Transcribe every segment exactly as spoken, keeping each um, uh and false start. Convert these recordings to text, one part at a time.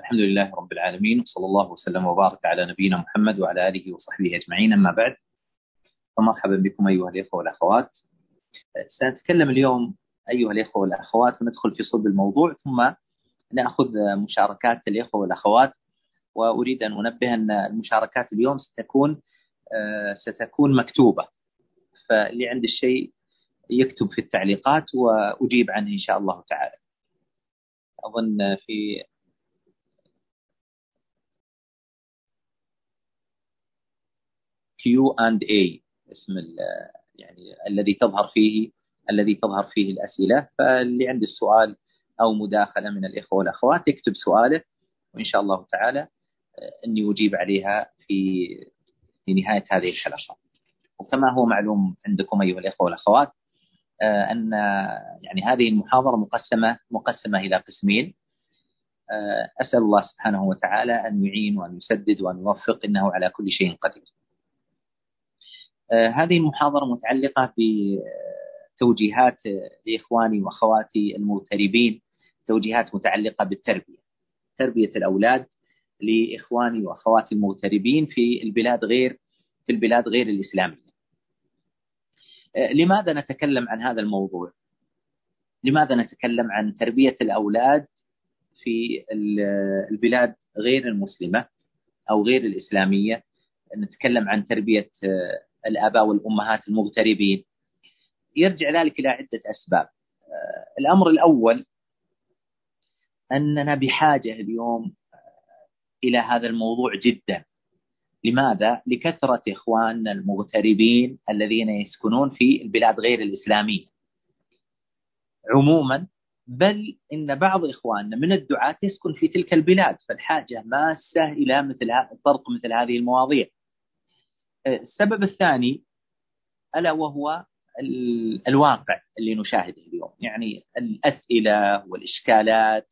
الحمد لله رب العالمين، وصلى الله وسلم وبارك على نبينا محمد وعلى آله وصحبه أجمعين. أما بعد، فمرحبا بكم أيها الإخوة والأخوات. سنتكلم اليوم أيها الإخوة والأخوات وندخل في صلب الموضوع، ثم نأخذ مشاركات الإخوة والأخوات. وأريد أن أنبه أن المشاركات اليوم ستكون ستكون مكتوبة، فاللي عنده الشيء يكتب في التعليقات وأجيب عنه إن شاء الله تعالى. أظن في كيو أند إيه اسم يعني الذي تظهر فيه الذي تظهر فيه الأسئلة، فاللي عنده السؤال أو مداخلة من الإخوة والأخوات يكتب سؤاله، وإن شاء الله تعالى أني أجيب عليها في في نهاية هذه الحلقة. وكما هو معلوم عندكم أيها الإخوة والأخوات أن يعني هذه المحاضرة مقسمة مقسمة إلى قسمين. أسأل الله سبحانه وتعالى أن يعين وأن يسدد وأن يوفق، إنه على كل شيء قدير. هذه المحاضرة متعلقة بتوجيهات لإخواني وأخواتي المغتربين، توجيهات متعلقة بالتربية، تربية الأولاد لإخواني وأخواتي المغتربين في البلاد غير في البلاد غير الإسلامية. لماذا نتكلم عن هذا الموضوع؟ لماذا نتكلم عن تربية الأولاد في البلاد غير المسلمة أو غير الإسلامية؟ نتكلم عن تربية الآباء والأمهات المغتربين. يرجع ذلك إلى عدة أسباب. الأمر الأول أننا بحاجة اليوم إلى هذا الموضوع جدا. لماذا؟ لكثرة إخواننا المغتربين الذين يسكنون في البلاد غير الإسلامية عموما، بل إن بعض إخواننا من الدعاة يسكن في تلك البلاد، فالحاجة ماسة إلى مثل طرق مثل هذه المواضيع. السبب الثاني ألا وهو الواقع اللي نشاهده اليوم، يعني الأسئلة والإشكالات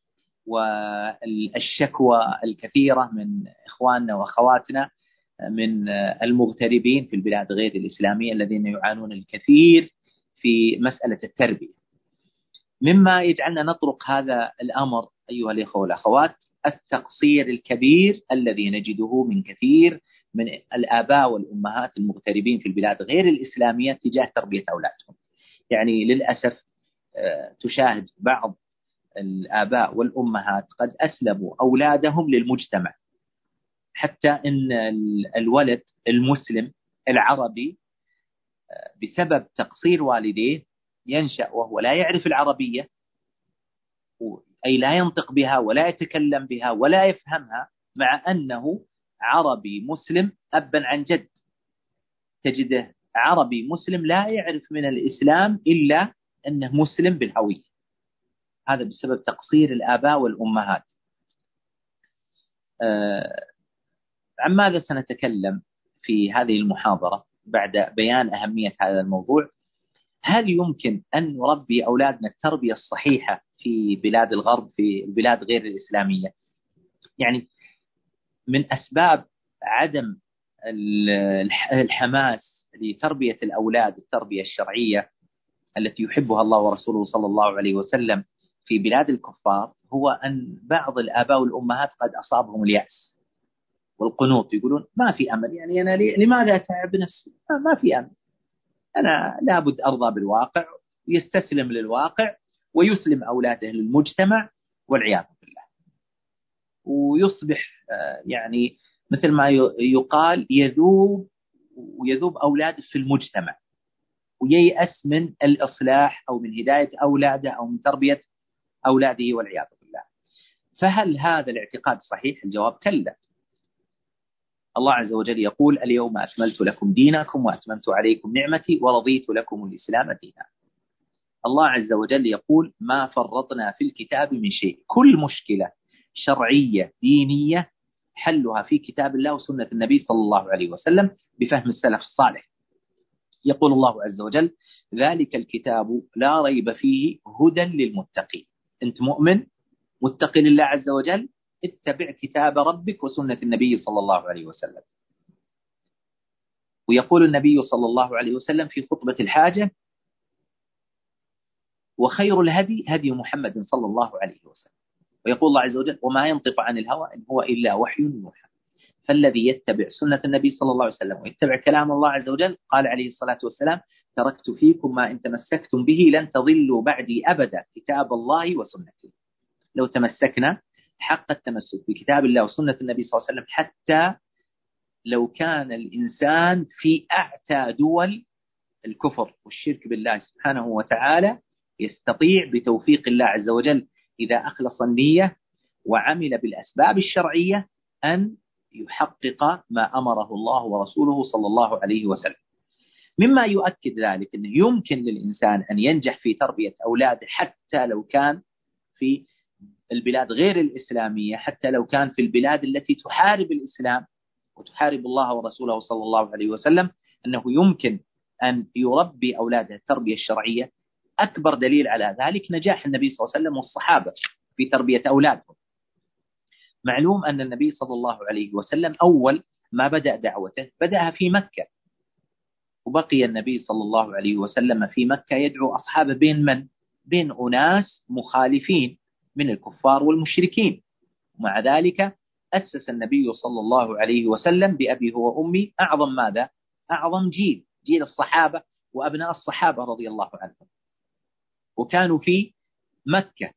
والشكوى الكثيرة من إخواننا وأخواتنا من المغتربين في البلاد غير الإسلامية الذين يعانون الكثير في مسألة التربية. مما يجعلنا نطرق هذا الأمر أيها الإخوة والأخوات التقصير الكبير الذي نجده من كثير من الآباء والأمهات المغتربين في البلاد غير الإسلامية تجاه تربية أولادهم. يعني للأسف تشاهد بعض الآباء والأمهات قد أسلموا أولادهم للمجتمع، حتى إن الولد المسلم العربي بسبب تقصير والديه ينشأ وهو لا يعرف العربية، أي لا ينطق بها ولا يتكلم بها ولا يفهمها، مع أنه عربي مسلم أبا عن جد. تجده عربي مسلم لا يعرف من الإسلام إلا أنه مسلم بالهوية. هذا بسبب تقصير الآباء والأمهات. آه عن ماذا سنتكلم في هذه المحاضرة بعد بيان أهمية هذا الموضوع؟ هل يمكن أن نربي أولادنا التربية الصحيحة في بلاد الغرب، في البلاد غير الإسلامية؟ يعني من أسباب عدم الحماس لتربية الأولاد التربية الشرعية التي يحبها الله ورسوله صلى الله عليه وسلم في بلاد الكفار هو أن بعض الآباء والأمهات قد أصابهم اليأس والقنوط، يقولون ما في أمل، يعني أنا لماذا أتعب نفسي؟ ما في أمل، أنا لابد أرضى بالواقع، يستسلم للواقع ويسلم أولاده للمجتمع والعياذ بالله، ويصبح يعني مثل ما يقال يذوب ويذوب أولاده في المجتمع، وييأس من الإصلاح أو من هداية أولاده أو من تربية أولاده والعياذ بالله. فهل هذا الاعتقاد صحيح؟ الجواب كلا. الله عز وجل يقول: اليوم أكملت لكم دينكم وأتممت عليكم نعمتي ورضيت لكم الإسلام دينا. الله عز وجل يقول: ما فرطنا في الكتاب من شيء. كل مشكلة شرعية دينية حلها في كتاب الله وسنة النبي صلى الله عليه وسلم بفهم السلف الصالح. يقول الله عز وجل: ذلك الكتاب لا ريب فيه هدى للمتقين. أنت مؤمن متقي لله عز وجل، اتبع كتاب ربك وسنة النبي صلى الله عليه وسلم. ويقول النبي صلى الله عليه وسلم في خطبة الحاجة: وخير الهدي هدي محمد صلى الله عليه وسلم. ويقول الله عز وجل وما ينطق عن الهوى إن هو إلا وحي يوحى. فالذي يتبع سنة النبي صلى الله عليه وسلم ويتبع كلام الله عز وجل قال عليه الصلاة والسلام تركت فيكم ما إن تمسكتم به لن تضلوا بعدي أبدا كتاب الله وسنتي. لو تمسكنا حق التمسك بكتاب الله وسنة النبي صلى الله عليه وسلم حتى لو كان الإنسان في أعتى دول الكفر والشرك بالله سبحانه وتعالى يستطيع بتوفيق الله عز وجل إذا أخلص النية وعمل بالأسباب الشرعية أن يحقق ما أمره الله ورسوله صلى الله عليه وسلم. مما يؤكد ذلك أنه يمكن للإنسان أن ينجح في تربية أولاده حتى لو كان في البلاد غير الإسلامية، حتى لو كان في البلاد التي تحارب الإسلام وتحارب الله ورسوله صلى الله عليه وسلم، أنه يمكن أن يربي أولاده التربية الشرعية. أكبر دليل على ذلك نجاح النبي صلى الله عليه وسلم والصحابة في تربية أولادهم. معلوم أن النبي صلى الله عليه وسلم أول ما بدأ دعوته بدأها في مكة، وبقي النبي صلى الله عليه وسلم في مكة يدعو أصحابه بين من؟ بين أناس مخالفين من الكفار والمشركين. ومع ذلك أسس النبي صلى الله عليه وسلم بأبي هو أمي أعظم ماذا؟ أعظم جيل، جيل الصحابة وأبناء الصحابة رضي الله عنهم. وكانوا في مكة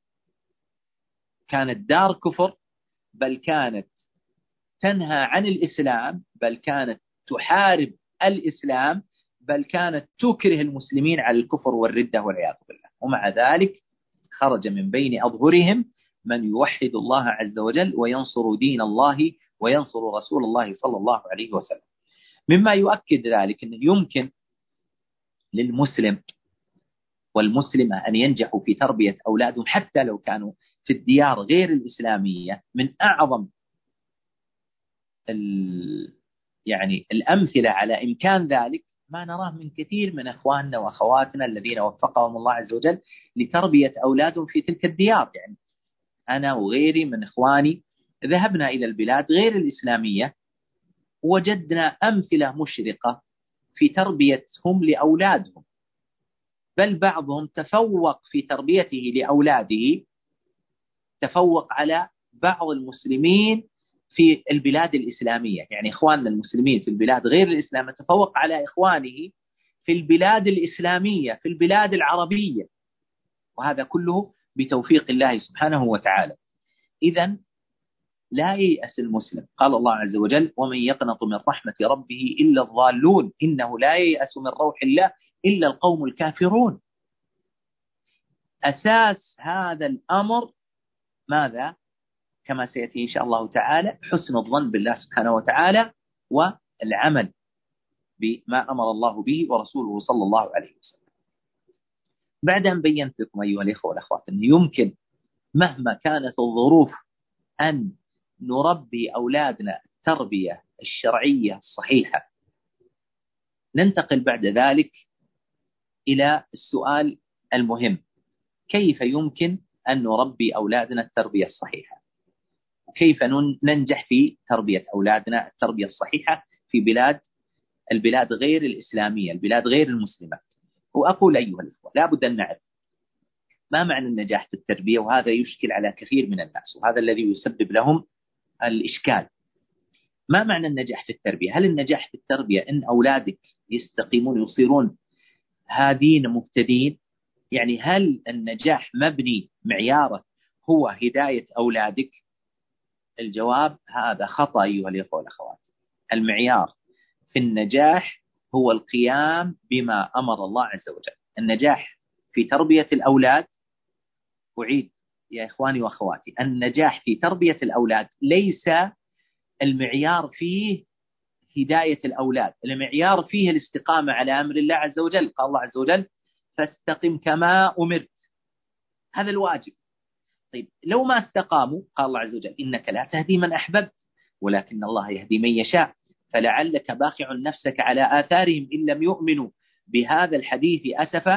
كانت دار كفر، بل كانت تنهى عن الإسلام، بل كانت تحارب الإسلام، بل كانت تكره المسلمين على الكفر والردة والعياذ بالله. ومع ذلك خرج من بين أظهرهم من يوحد الله عز وجل وينصر دين الله وينصر رسول الله صلى الله عليه وسلم. مما يؤكد ذلك أنه يمكن للمسلم والمسلمة أن ينجحوا في تربية أولادهم حتى لو كانوا في الديار غير الإسلامية. من أعظم يعني الأمثلة على إمكان ذلك ما نراه من كثير من أخواننا وأخواتنا الذين وفقهم الله عز وجل لتربية أولادهم في تلك الديار. يعني أنا وغيري من إخواني ذهبنا إلى البلاد غير الإسلامية وجدنا أمثلة مشرقة في تربيتهم لأولادهم، بل بعضهم تفوق في تربيته لأولاده تفوق على بعض المسلمين في البلاد الإسلامية. يعني إخواننا المسلمين في البلاد غير الإسلامية تفوق على إخوانه في البلاد الإسلامية في البلاد العربية، وهذا كله بتوفيق الله سبحانه وتعالى. إذن لا ييأس المسلم. قال الله عز وجل ومن يقنط من رحمة ربه إلا الضالون إنه لا ييأس من روح الله إلا القوم الكافرون. أساس هذا الأمر ماذا؟ كما سيأتي إن شاء الله تعالى حسن الظن بالله سبحانه وتعالى والعمل بما أمر الله به ورسوله صلى الله عليه وسلم. بعد أن بينت لكم أيها الإخوة والأخوات أن يمكن مهما كانت الظروف أن نربي أولادنا التربية الشرعية الصحيحة، ننتقل بعد ذلك إلى السؤال المهم: كيف يمكن أن نربي أولادنا التربية الصحيحة؟ وكيف ننجح في تربية أولادنا التربية الصحيحة في بلاد البلاد غير الإسلامية، البلاد غير المسلمة؟ وأقول أيها الأخوة لا بد أن نعرف ما معنى النجاح في التربية، وهذا يشكل على كثير من الناس، وهذا الذي يسبب لهم الإشكال. ما معنى النجاح في التربية؟ هل النجاح في التربية إن أولادك يستقيمون يصيرون هادين مهتدين؟ يعني هل النجاح مبني معياره هو هداية أولادك؟ الجواب هذا خطأ أيها الأخوة والأخوات. المعيار في النجاح هو القيام بما أمر الله عز وجل. النجاح في تربية الأولاد، أعيد يا إخواني وأخواتي، النجاح في تربية الأولاد ليس المعيار فيه هداية الأولاد، المعيار فيه الاستقامة على أمر الله عز وجل. قال الله عز وجل فاستقم كما أمرت، هذا الواجب. طيب لو ما استقاموا قال الله عز وجل إنك لا تهدي من أحببت ولكن الله يهدي من يشاء فلعلك باخع نفسك على آثارهم إن لم يؤمنوا بهذا الحديث أسفا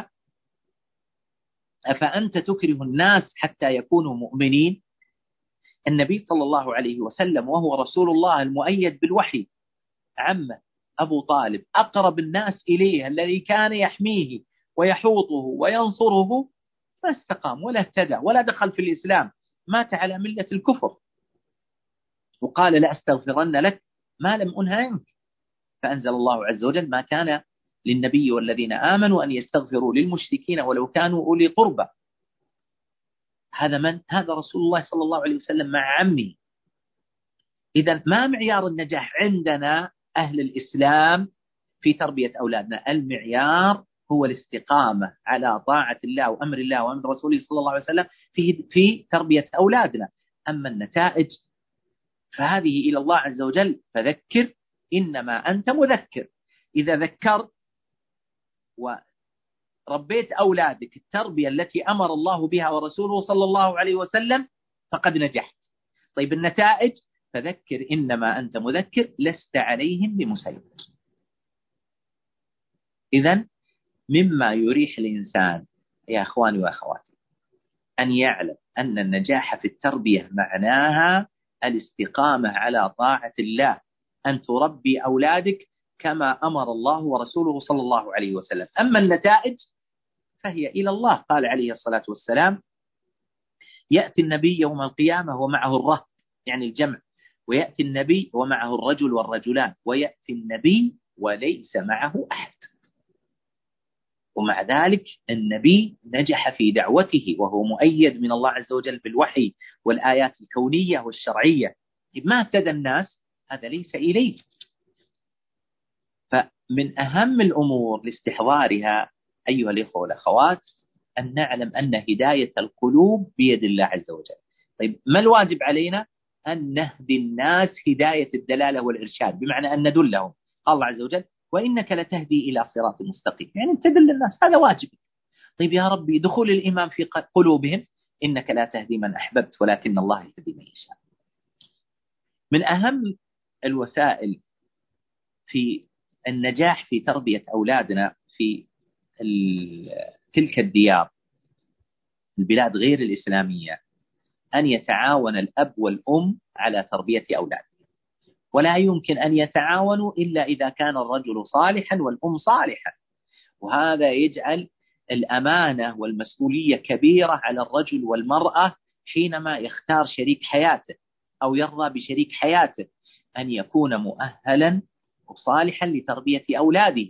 أفأنت تكره الناس حتى يكونوا مؤمنين. النبي صلى الله عليه وسلم وهو رسول الله المؤيد بالوحي، عمه أبو طالب أقرب الناس إليه الذي كان يحميه ويحوطه وينصره، ما استقام ولا اهتدى ولا دخل في الإسلام مات على ملة الكفر، وقال لا أستغفرن لك ما لم أنه عنك، فأنزل الله عز وجل ما كان للنبي والذين آمنوا أن يستغفروا للمشركين ولو كانوا أولي قربى. هذا من؟ هذا رسول الله صلى الله عليه وسلم مع عمه. إذن ما معيار النجاح عندنا أهل الإسلام في تربية أولادنا؟ المعيار هو الاستقامة على طاعة الله وأمر الله وأمر رسوله صلى الله عليه وسلم في في تربية أولادنا. أما النتائج فهذه إلى الله عز وجل، فذكر إنما أنت مذكر. إذا ذكرت وربيت أولادك التربية التي أمر الله بها ورسوله صلى الله عليه وسلم فقد نجحت. طيب النتائج، فذكر إنما أنت مذكر لست عليهم بمسيطر. إذن مما يريح الإنسان يا أخواني وأخواتي أن يعلم أن النجاح في التربية معناها الاستقامة على طاعة الله، أن تربي أولادك كما أمر الله ورسوله صلى الله عليه وسلم. أما النتائج فهي إلى الله. قال عليه الصلاة والسلام: يأتي النبي يوم القيامة ومعه الرهط، يعني الجمع، ويأتي النبي ومعه الرجل والرجلان، ويأتي النبي وليس معه أحد. ومع ذلك النبي نجح في دعوته وهو مؤيد من الله عز وجل بالوحي والآيات الكونية والشرعية. ما اهتدى الناس هذا ليس إليه. فمن أهم الأمور لاستحضارها أيها الإخوة والأخوات أن نعلم أن هداية القلوب بيد الله عز وجل. طيب ما الواجب علينا؟ أن نهدي الناس هداية الدلالة والإرشاد، بمعنى أن ندلهم. قال الله عز وجل: وإنك لتهدي إلى صراط مستقيم، يعني تدل الناس، هذا واجب. طيب يا ربي دخول الإيمان في قلوبهم: إنك لا تهدي من أحببت ولكن الله يهدي من يشاء. من أهم الوسائل في النجاح في تربية أولادنا في تلك الديار البلاد غير الإسلامية أن يتعاون الأب والأم على تربية أولادهم. ولا يمكن أن يتعاونوا إلا إذا كان الرجل صالحا والأم صالحة، وهذا يجعل الأمانة والمسؤولية كبيرة على الرجل والمرأة حينما يختار شريك حياته أو يرضى بشريك حياته، أن يكون مؤهلا وصالحا لتربية أولاده.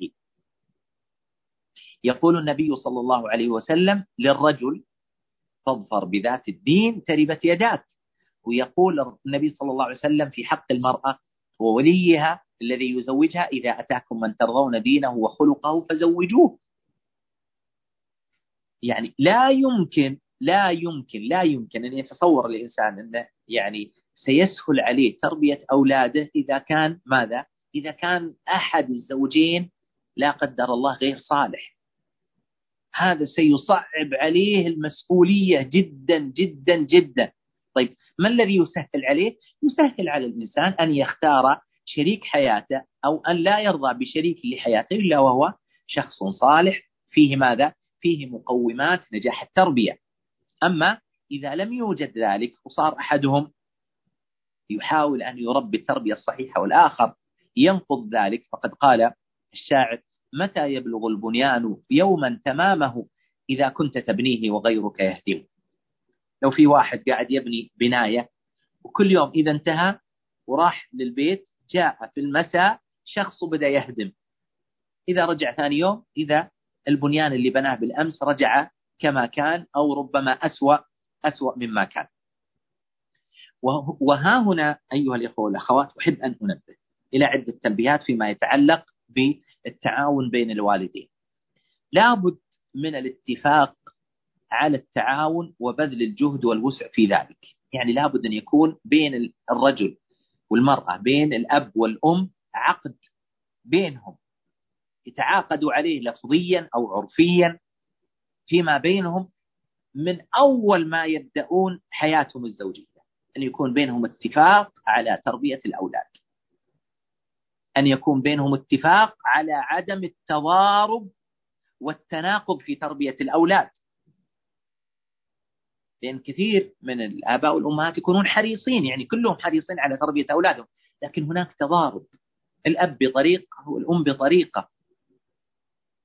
يقول النبي صلى الله عليه وسلم للرجل: فاظفر بذات الدين تربت يداك. ويقول النبي صلى الله عليه وسلم في حق المرأة ووليها الذي يزوجها: إذا أتاكم من ترضون دينه وخلقه فزوجوه. يعني لا يمكن لا يمكن لا يمكن أن يتصور الإنسان أنه يعني سيسهل عليه تربية أولاده إذا كان ماذا؟ إذا كان أحد الزوجين لا قدر الله غير صالح. هذا سيصعب عليه المسؤولية جدا جدا جدا. طيب ما الذي يسهل عليه؟ يسهل على الإنسان أن يختار شريك حياته أو أن لا يرضى بشريك لحياته إلا وهو شخص صالح فيه ماذا؟ فيه مقومات نجاح التربية. أما إذا لم يوجد ذلك وصار أحدهم يحاول أن يربي التربية الصحيحة والآخر ينقض ذلك، فقد قال الشاعر: متى يبلغ البنيان يوما تمامه إذا كنت تبنيه وغيرك يهدم. لو في واحد قاعد يبني بناية وكل يوم إذا انتهى وراح للبيت جاء في المساء شخص بدأ يهدم، إذا رجع ثاني يوم إذا البنيان اللي بناه بالأمس رجع كما كان أو ربما أسوأ أسوأ مما كان. وها هنا أيها الإخوة والأخوات أحب أن أنبه إلى عدة تنبيهات فيما يتعلق بالتعاون بين الوالدين. لابد من الاتفاق على التعاون وبذل الجهد والوسع في ذلك. يعني لابد أن يكون بين الرجل والمرأة، بين الأب والأم، عقد بينهم يتعاقدوا عليه لفظيا أو عرفيا فيما بينهم من أول ما يبدأون حياتهم الزوجية، أن يكون بينهم اتفاق على تربية الأولاد، أن يكون بينهم اتفاق على عدم التضارب والتناقض في تربية الأولاد. لأن كثير من الآباء والأمهات يكونون حريصين، يعني كلهم حريصين على تربية أولادهم، لكن هناك تضارب، الأب بطريقة والأم بطريقة.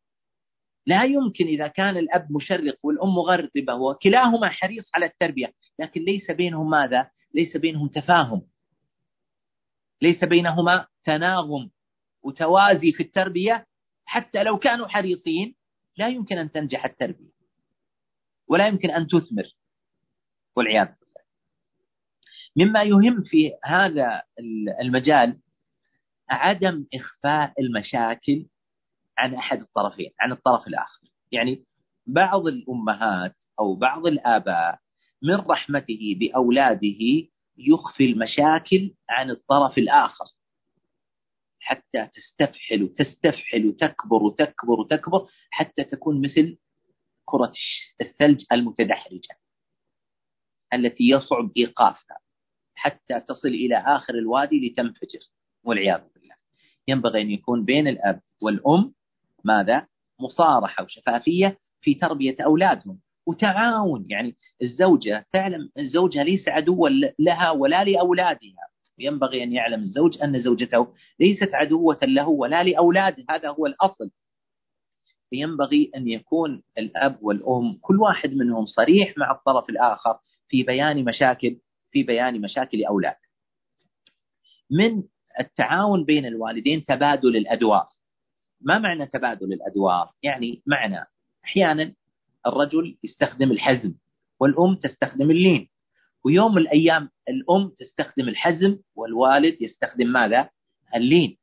لا يمكن إذا كان الأب مشرق والأم مغربة وكلاهما حريص على التربية لكن ليس بينهم ماذا؟ ليس بينهم تفاهم، ليس بينهما تناغم وتوازي في التربية. حتى لو كانوا حريصين لا يمكن أن تنجح التربية ولا يمكن أن تثمر، والعياذ بالله. مما يهم في هذا المجال عدم إخفاء المشاكل عن أحد الطرفين، عن الطرف الآخر. يعني بعض الأمهات أو بعض الآباء من رحمته بأولاده يخفي المشاكل عن الطرف الآخر حتى تستفحل وتستفحل وتكبر وتكبر وتكبر حتى تكون مثل كرة الثلج المتدحرجة التي يصعب إيقافها حتى تصل إلى آخر الوادي لتنفجر، والعياذ بالله. ينبغي أن يكون بين الأب والأم ماذا؟ مصارحة وشفافية في تربية أولادهم وتعاون. يعني الزوجة تعلم زوجها ليس عدوا لها ولا لأولادها، ينبغي أن يعلم الزوج أن زوجته ليست عدوة له ولا لأولاده، هذا هو الأصل. ينبغي أن يكون الأب والأم كل واحد منهم صريح مع الطرف الآخر في بيان مشاكل في بيان مشاكل أولاده. من التعاون بين الوالدين تبادل الأدوار. ما معنى تبادل الأدوار؟ يعني معنى أحيانا الرجل يستخدم الحزم والأم تستخدم اللين، ويوم من الأيام الأم تستخدم الحزم والوالد يستخدم ماذا؟ اللين.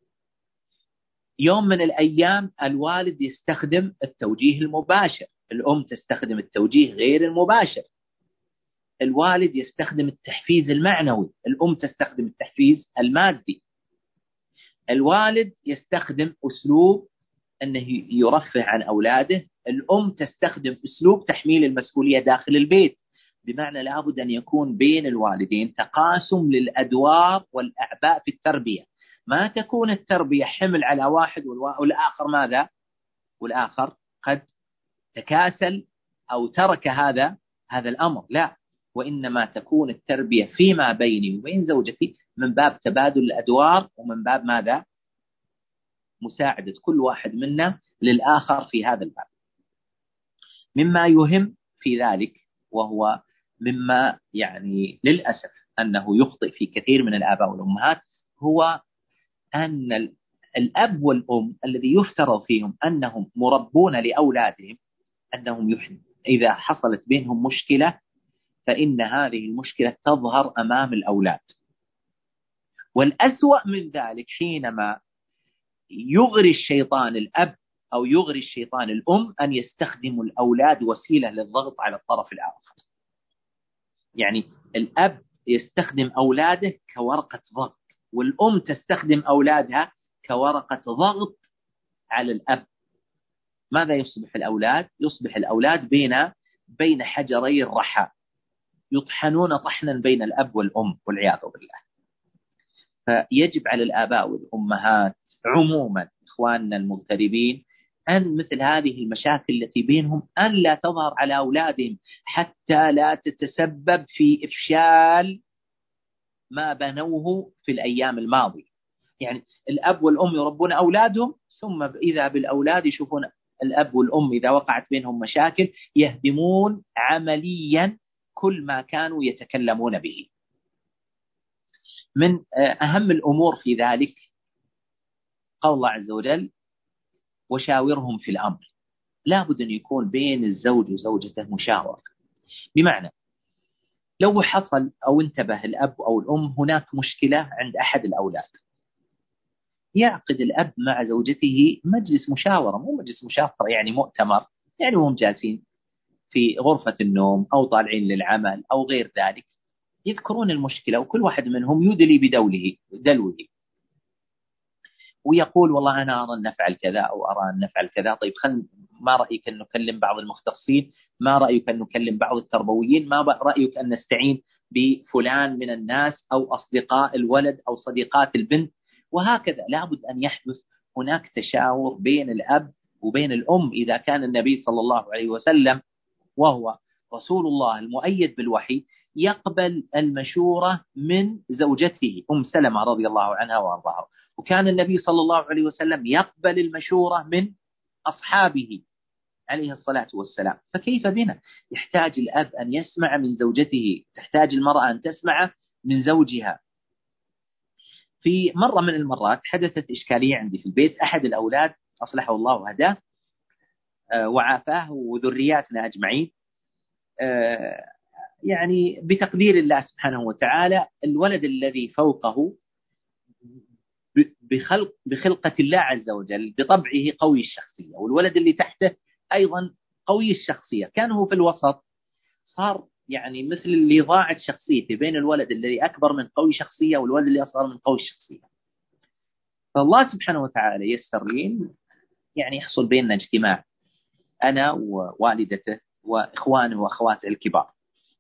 يوم من الأيام الوالد يستخدم التوجيه المباشر، الأم تستخدم التوجيه غير المباشر. الوالد يستخدم التحفيز المعنوي، الأم تستخدم التحفيز المادي. الوالد يستخدم أسلوب أنه يرفه عن أولاده، الأم تستخدم أسلوب تحميل المسؤولية داخل البيت. بمعنى لابد أن يكون بين الوالدين تقاسم للأدوار والأعباء في التربية، ما تكون التربية حمل على واحد والآخر ماذا؟ والآخر قد تكاسل أو ترك هذا هذا الأمر، لا، وإنما تكون التربية فيما بيني وبين زوجتي من باب تبادل الأدوار ومن باب ماذا؟ مساعدة كل واحد منا للآخر في هذا الباب. مما يهم في ذلك، وهو مما يعني للأسف أنه يخطئ في كثير من الآباء والأمهات، هو أن الأب والأم الذي يفترض فيهم أنهم مربون لأولادهم، أنهم يحن إذا حصلت بينهم مشكلة فإن هذه المشكلة تظهر أمام الأولاد. والأسوأ من ذلك حينما يغري الشيطان الأب أو يغري الشيطان الأم أن يستخدموا الأولاد وسيلة للضغط على الطرف الآخر. يعني الأب يستخدم أولاده كورقة ضغط، والأم تستخدم أولادها كورقة ضغط على الأب. ماذا يصبح الأولاد؟ يصبح الأولاد بين بين حجري الرحى، يطحنون طحنا بين الأب والأم، والعياذ بالله. فيجب على الآباء والأمهات عموما إخواننا المغتربين أن مثل هذه المشاكل التي بينهم أن لا تظهر على أولادهم حتى لا تتسبب في إفشال ما بنوه في الأيام الماضية. يعني الأب والأم يربون أولادهم، ثم إذا بالأولاد يشوفون الأب والأم إذا وقعت بينهم مشاكل يهدمون عمليا كل ما كانوا يتكلمون به. من أهم الأمور في ذلك قول الله عز وجل: وشاورهم في الأمر. لا بد أن يكون بين الزوج وزوجته مشاورة. بمعنى لو حصل أو انتبه الأب أو الأم هناك مشكلة عند أحد الأولاد، يعقد الأب مع زوجته مجلس مشاورة، مو مجلس مشاورة يعني مؤتمر، يعني هم جالسين في غرفة النوم أو طالعين للعمل أو غير ذلك، يذكرون المشكلة وكل واحد منهم يدلي بدوله دلوه ويقول: والله أنا أرى أن نفعل كذا أو أرى أن نفعل كذا. طيب خل ما رأيك أن نكلم بعض المختصين؟ ما رأيك أن نكلم بعض التربويين؟ ما رأيك أن نستعين بفلان من الناس أو أصدقاء الولد أو صديقات البنت؟ وهكذا لابد أن يحدث هناك تشاور بين الأب وبين الأم. إذا كان النبي صلى الله عليه وسلم وهو رسول الله المؤيد بالوحي يقبل المشورة من زوجته أم سلمة رضي الله عنها وأرضاها، وكان النبي صلى الله عليه وسلم يقبل المشورة من أصحابه عليه الصلاة والسلام. فكيف بنا؟ يحتاج الأب أن يسمع من زوجته، تحتاج المرأة أن تسمع من زوجها. في مرة من المرات حدثت إشكالية عندي في البيت، أحد الأولاد أصلحه الله وهداه وعافاه وذرياتنا أجمعين، يعني بتقدير الله سبحانه وتعالى، الولد الذي فوقه بخلق بخلقة الله عز وجل بطبعه قوي الشخصية، والولد اللي تحته أيضا قوي الشخصية، كان هو في الوسط، صار يعني مثل اللي ضاعت شخصيته بين الولد الذي أكبر من قوي شخصية والولد اللي أصغر من قوي الشخصية. فالله سبحانه وتعالى يسر لي يعني يحصل بيننا اجتماع، أنا ووالدته وإخوانه وأخواته الكبار،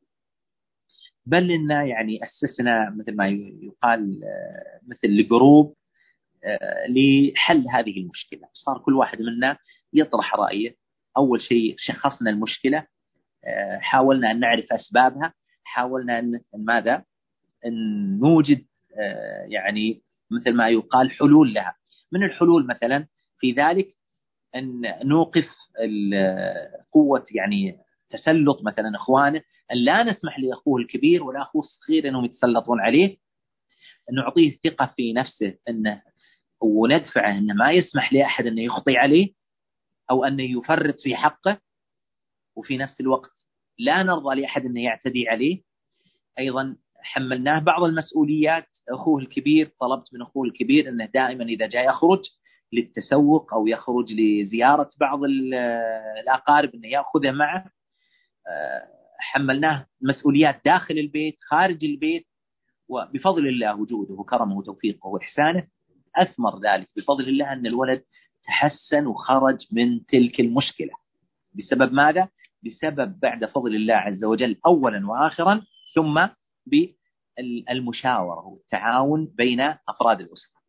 بل إننا يعني أسسنا مثل ما يقال مثل الجروب لحل هذه المشكلة. صار كل واحد منا يطرح رأيه. أول شيء شخصنا المشكلة، حاولنا أن نعرف أسبابها، حاولنا أن ماذا أن نوجد يعني مثل ما يقال حلول لها. من الحلول مثلا في ذلك أن نوقف قوة يعني تسلط مثلا إخوانه، أن لا نسمح لأخوه الكبير ولا أخوه الصغير أنهم يتسلطون عليه، أن نعطيه ثقة في نفسه أنه وندفعه أنه ما يسمح لأحد أنه يخطي عليه أو أنه يفرط في حقه، وفي نفس الوقت لا نرضى لأحد أنه يعتدي عليه. أيضا حملناه بعض المسؤوليات. أخوه الكبير طلبت من أخوه الكبير أنه دائما إذا جاء يخرج للتسوق أو يخرج لزيارة بعض الأقارب أنه يأخذه معه. حملناه مسؤوليات داخل البيت خارج البيت، وبفضل الله وجوده وكرمه وتوفيقه وإحسانه أثمر ذلك بفضل الله أن الولد تحسن وخرج من تلك المشكلة. بسبب ماذا؟ بسبب بعد فضل الله عز وجل أولا وآخرا ثم بالمشاورة والتعاون بين أفراد الأسرة.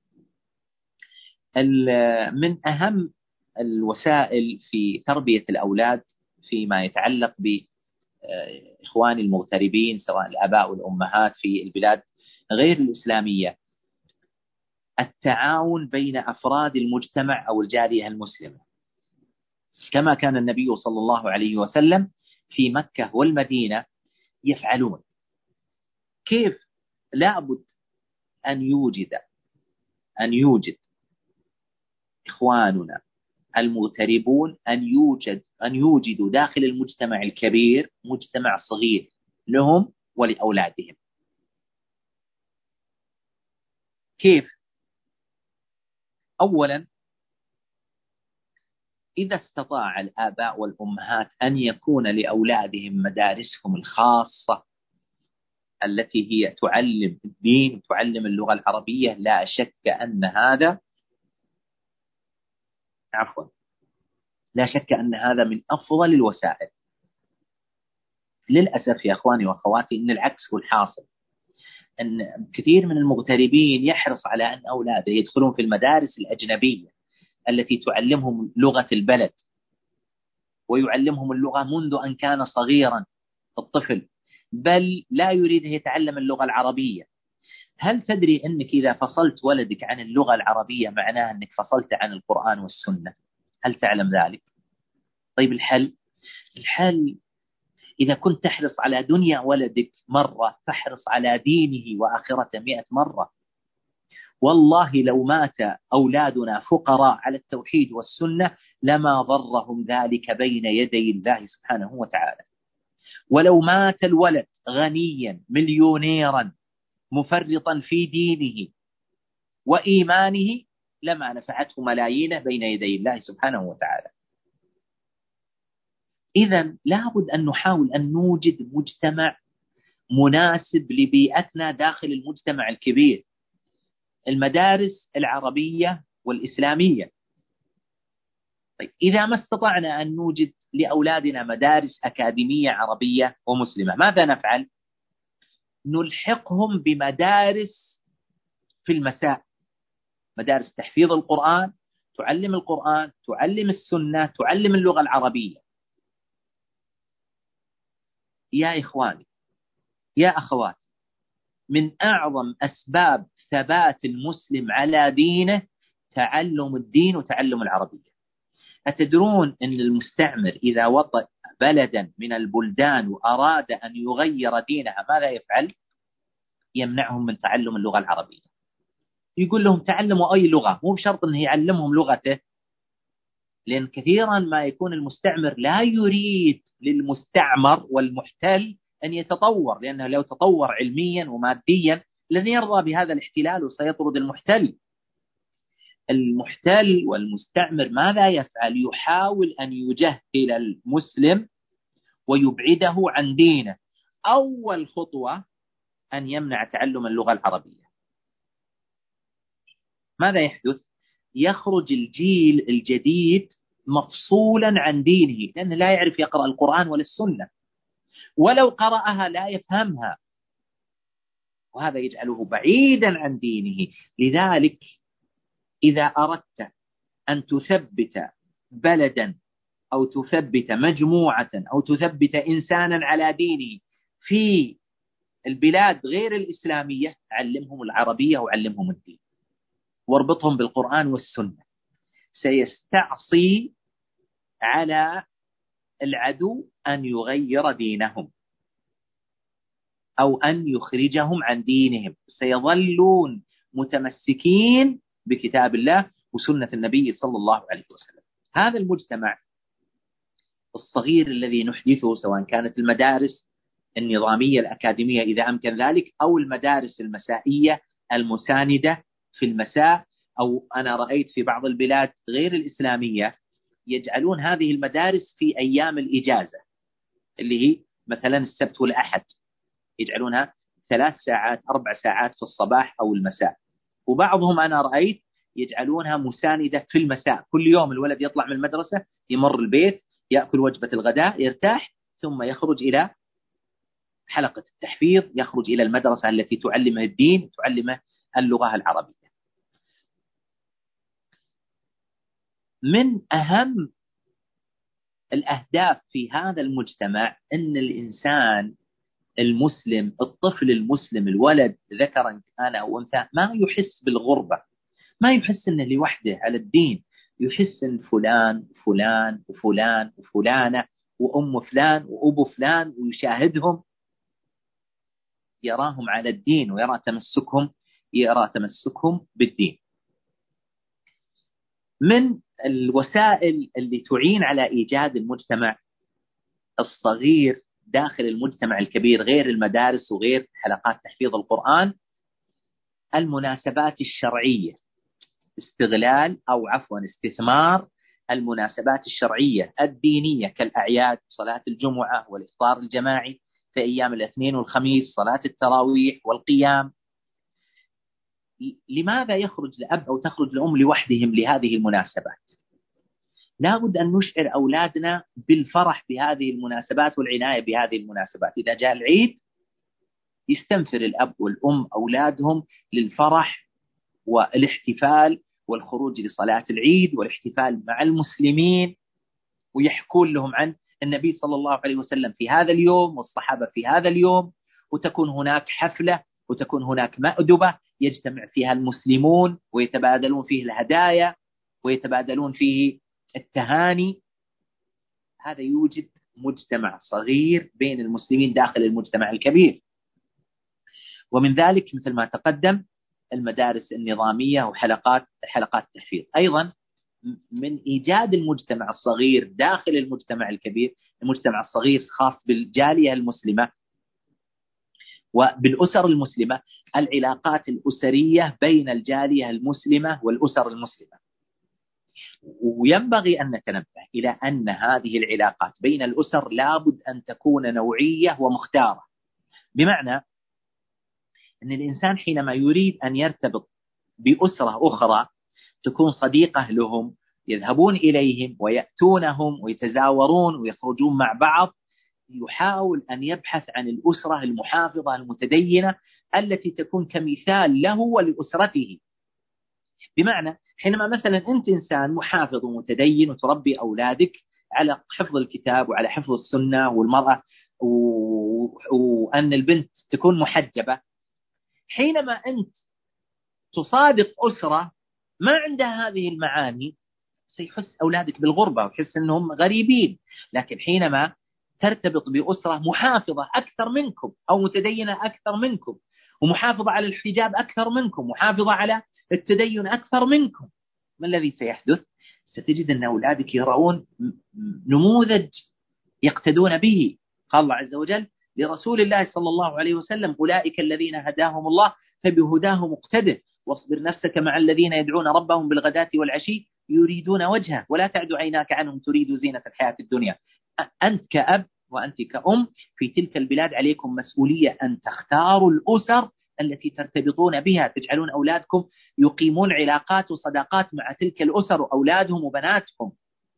من أهم الوسائل في تربية الأولاد فيما يتعلق بإخواني المغتربين سواء الآباء والأمهات في البلاد غير الإسلامية التعاون بين أفراد المجتمع أو الجالية المسلمة، كما كان النبي صلى الله عليه وسلم في مكة والمدينة يفعلون. كيف؟ لابد أن يوجد أن يوجد إخواننا المغتربون أن يوجد أن يوجدوا داخل المجتمع الكبير مجتمع صغير لهم ولأولادهم. كيف؟ أولا، إذا استطاع الآباء والأمهات أن يكون لأولادهم مدارسهم الخاصة التي هي تعلم الدين وتعلم اللغة العربية، لا شك أن هذا عفوا لا شك أن هذا من أفضل الوسائل. للأسف يا أخواني وأخواتي أن العكس هو الحاصل، أن كثير من المغتربين يحرص على أن أولاده يدخلون في المدارس الأجنبية التي تعلمهم لغة البلد ويعلمهم اللغة منذ أن كان صغيرا الطفل، بل لا يريد أن يتعلم اللغة العربية. هل تدري أنك إذا فصلت ولدك عن اللغة العربية معناها أنك فصلت عن القرآن والسنة؟ هل تعلم ذلك؟ طيب الحل؟ الحل إذا كنت تحرص على دنيا ولدك مرة فاحرص على دينه وآخرته مئة مرة. والله لو مات أولادنا فقراء على التوحيد والسنة لما ضرهم ذلك بين يدي الله سبحانه وتعالى. ولو مات الولد غنيا مليونيرا مفرطا في دينه وإيمانه لما نفعته ملايين بين يدي الله سبحانه وتعالى. إذن لابد أن نحاول أن نوجد مجتمع مناسب لبيئتنا داخل المجتمع الكبير. المدارس العربية والإسلامية. طيب إذا ما استطعنا أن نوجد لأولادنا مدارس أكاديمية عربية ومسلمة ماذا نفعل؟ نلحقهم بمدارس في المساء، مدارس تحفيظ القرآن، تعلم القرآن، تعلم السنة، تعلم اللغة العربية. يا إخواني يا أخوات، من أعظم أسباب ثبات المسلم على دينه تعلم الدين وتعلم العربية. أتدرون أن المستعمر إذا وطأ بلدا من البلدان وأراد أن يغير دينها ماذا يفعل؟ يمنعهم من تعلم اللغة العربية، يقول لهم تعلموا أي لغة، مو بشرط أنه يعلمهم لغته، لأن كثيرا ما يكون المستعمر لا يريد للمستعمر والمحتل أن يتطور، لأنه لو تطور علميا وماديا لن يرضى بهذا الاحتلال وسيطرد المحتل. المحتل والمستعمر ماذا يفعل؟ يحاول أن يجهل المسلم ويبعده عن دينه. أول خطوة أن يمنع تعلم اللغة العربية. ماذا يحدث؟ يخرج الجيل الجديد مفصولا عن دينه، لأنه لا يعرف يقرأ القرآن ولا السنة، ولو قرأها لا يفهمها، وهذا يجعله بعيدا عن دينه. لذلك إذا أردت أن تثبت بلدا أو تثبت مجموعة أو تثبت إنسانا على دينه في البلاد غير الإسلامية، علمهم العربية وعلمهم الدين واربطهم بالقرآن والسنة. سيستعصي على العدو أن يغير دينهم أو أن يخرجهم عن دينهم، سيظلون متمسكين بكتاب الله وسنة النبي صلى الله عليه وسلم. هذا المجتمع الصغير الذي نحدثه، سواء كانت المدارس النظامية الأكاديمية إذا أمكن ذلك، أو المدارس المسائية المساندة في المساء، أو أنا رأيت في بعض البلاد غير الإسلامية يجعلون هذه المدارس في أيام الإجازة اللي هي مثلا السبت والأحد، يجعلونها ثلاث ساعات أربع ساعات في الصباح أو المساء. وبعضهم أنا رأيت يجعلونها مساندة في المساء، كل يوم الولد يطلع من المدرسة يمر البيت يأكل وجبة الغداء يرتاح، ثم يخرج إلى حلقة التحفيظ، يخرج إلى المدرسة التي تعلمه الدين تعلمه اللغة العربية. من أهم الأهداف في هذا المجتمع أن الإنسان المسلم، الطفل المسلم، الولد ذكرا كان أو أنثى، ما يحس بالغربة، ما يحس أنه لوحده على الدين، يحس أن فلان فلان وفلان وفلانة وأم فلان وأبو فلان، ويشاهدهم يراهم على الدين ويرى تمسكهم يرى تمسكهم بالدين. من الوسائل اللي تعين على إيجاد المجتمع الصغير داخل المجتمع الكبير غير المدارس وغير حلقات تحفيظ القرآن، المناسبات الشرعية، استغلال أو عفوا استثمار المناسبات الشرعية الدينية كالأعياد، صلاة الجمعة والإفطار الجماعي في أيام الاثنين والخميس، صلاة التراويح والقيام. لماذا يخرج لأب أو تخرج لأم لوحدهم لهذه المناسبات؟ لا بد أن نشعر أولادنا بالفرح بهذه المناسبات والعناية بهذه المناسبات. إذا جاء العيد يستنفر الأب والأم أولادهم للفرح والاحتفال والخروج لصلاة العيد والاحتفال مع المسلمين، ويحكون لهم عن النبي صلى الله عليه وسلم في هذا اليوم والصحابة في هذا اليوم، وتكون هناك حفلة وتكون هناك مأدبة يجتمع فيها المسلمون ويتبادلون فيه الهدايا ويتبادلون فيه التهاني. هذا يوجد مجتمع صغير بين المسلمين داخل المجتمع الكبير. ومن ذلك مثل ما تقدم المدارس النظامية وحلقات حلقات التحفيظ. أيضا من إيجاد المجتمع الصغير داخل المجتمع الكبير، المجتمع الصغير خاص بالجالية المسلمة وبالأسر المسلمة، العلاقات الأسرية بين الجالية المسلمة والأسر المسلمة. وينبغي أن نتنبه إلى أن هذه العلاقات بين الأسر لابد أن تكون نوعية ومختارة، بمعنى أن الإنسان حينما يريد أن يرتبط بأسرة أخرى تكون صديقة لهم، يذهبون إليهم ويأتونهم ويتزاورون ويخرجون مع بعض، يحاول أن يبحث عن الأسرة المحافظة المتدينة التي تكون كمثال له ولأسرته. بمعنى حينما مثلا أنت إنسان محافظ ومتدين وتربي أولادك على حفظ الكتاب وعلى حفظ السنة والمرأة و... وأن البنت تكون محجبة، حينما أنت تصادق أسرة ما عندها هذه المعاني سيحس أولادك بالغربة ويحس أنهم غريبين. لكن حينما ترتبط بأسرة محافظة أكثر منكم أو متدينة أكثر منكم، ومحافظة على الحجاب أكثر منكم، محافظة على التدين أكثر منكم، ما الذي سيحدث؟ ستجد أن أولادك يرون نموذج يقتدون به. قال الله عز وجل لرسول الله صلى الله عليه وسلم: أولئك الذين هداهم الله فبهداه مقتده واصبر نفسك مع الذين يدعون ربهم بالغداة والعشي يريدون وجهه ولا تعد عيناك عنهم تريد زينة الحياة الدنيا. أنت كأب وأنت كأم في تلك البلاد عليكم مسؤولية أن تختاروا الأسر التي ترتبطون بها، تجعلون أولادكم يقيمون علاقات وصداقات مع تلك الأسر، أولادهم وبناتهم،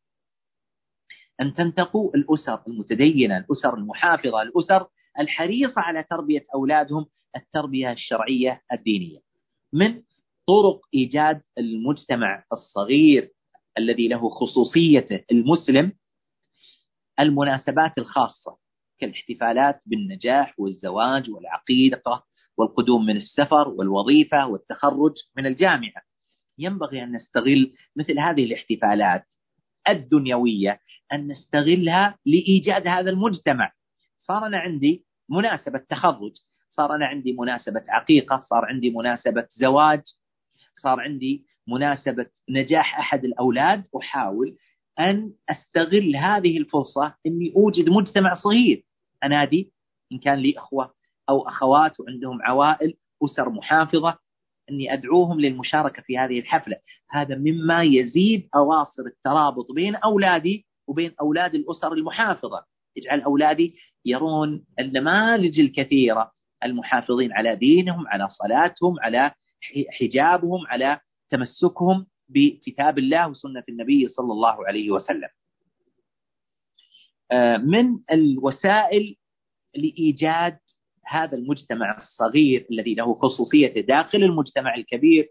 أن تنتقوا الأسر المتدينة، الأسر المحافظة، الأسر الحريصة على تربية أولادهم التربية الشرعية الدينية. من طرق إيجاد المجتمع الصغير الذي له خصوصيته المسلم المناسبات الخاصة كالاحتفالات بالنجاح والزواج والعقيقة والقدوم من السفر والوظيفة والتخرج من الجامعة. ينبغي أن نستغل مثل هذه الاحتفالات الدنيوية، أن نستغلها لإيجاد هذا المجتمع. صار أنا عندي مناسبة تخرج، صار أنا عندي مناسبة عقيقة، صار عندي مناسبة زواج، صار عندي مناسبة نجاح أحد الأولاد، أحاول أن أستغل هذه الفرصة أني أوجد مجتمع صغير أنادي إن كان لي أخوة أو أخوات وعندهم عوائل أسر محافظة، أني أدعوهم للمشاركة في هذه الحفلة. هذا مما يزيد أواصر الترابط بين أولادي وبين أولاد الأسر المحافظة، يجعل أولادي يرون النماذج الكثيرة المحافظين على دينهم، على صلاتهم، على حجابهم، على تمسكهم بكتاب الله وسنة النبي صلى الله عليه وسلم. من الوسائل لإيجاد هذا المجتمع الصغير الذي له خصوصيته داخل المجتمع الكبير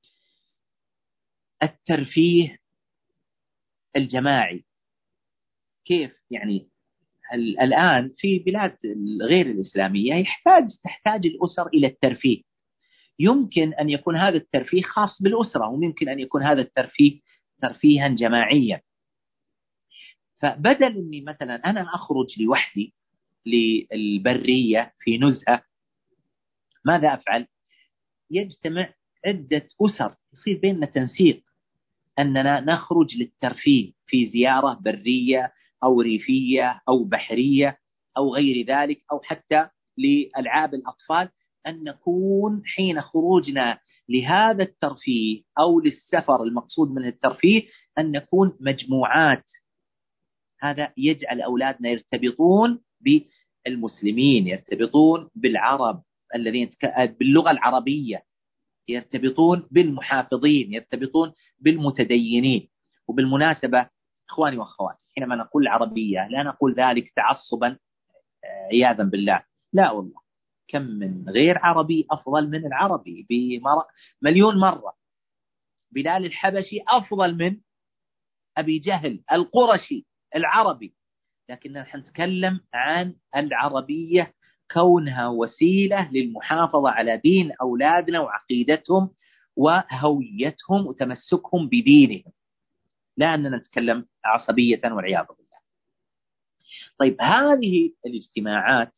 الترفيه الجماعي. كيف يعني؟ الآن في بلاد غير الإسلامية يحتاج تحتاج الأسر إلى الترفيه. يمكن أن يكون هذا الترفيه خاص بالأسرة، ويمكن أن يكون هذا الترفيه ترفيها جماعيا. فبدل أني مثلا أنا أخرج لوحدي للبرية في نزهة، ماذا أفعل؟ يجتمع عدة أسر، يصير بيننا تنسيق أننا نخرج للترفيه في زيارة برية أو ريفية أو بحرية أو غير ذلك، أو حتى لألعاب الأطفال، أن نكون حين خروجنا لهذا الترفيه أو للسفر المقصود من الترفيه أن نكون مجموعات. هذا يجعل أولادنا يرتبطون بالمسلمين، يرتبطون بالعرب الذين باللغة العربية، يرتبطون بالمحافظين، يرتبطون بالمتدينين. وبالمناسبة إخواني وأخواتي، حينما نقول العربية لا نقول ذلك تعصبا عياذا بالله، لا والله، كم من غير عربي أفضل من العربي بمليون مرة. بلال الحبشي أفضل من أبي جهل القرشي العربي، لكننا نتكلم عن العربية كونها وسيلة للمحافظة على دين أولادنا وعقيدتهم وهويتهم وتمسكهم بدينهم، لا أننا نتكلم عصبية والعياذ بالله. طيب، هذه الاجتماعات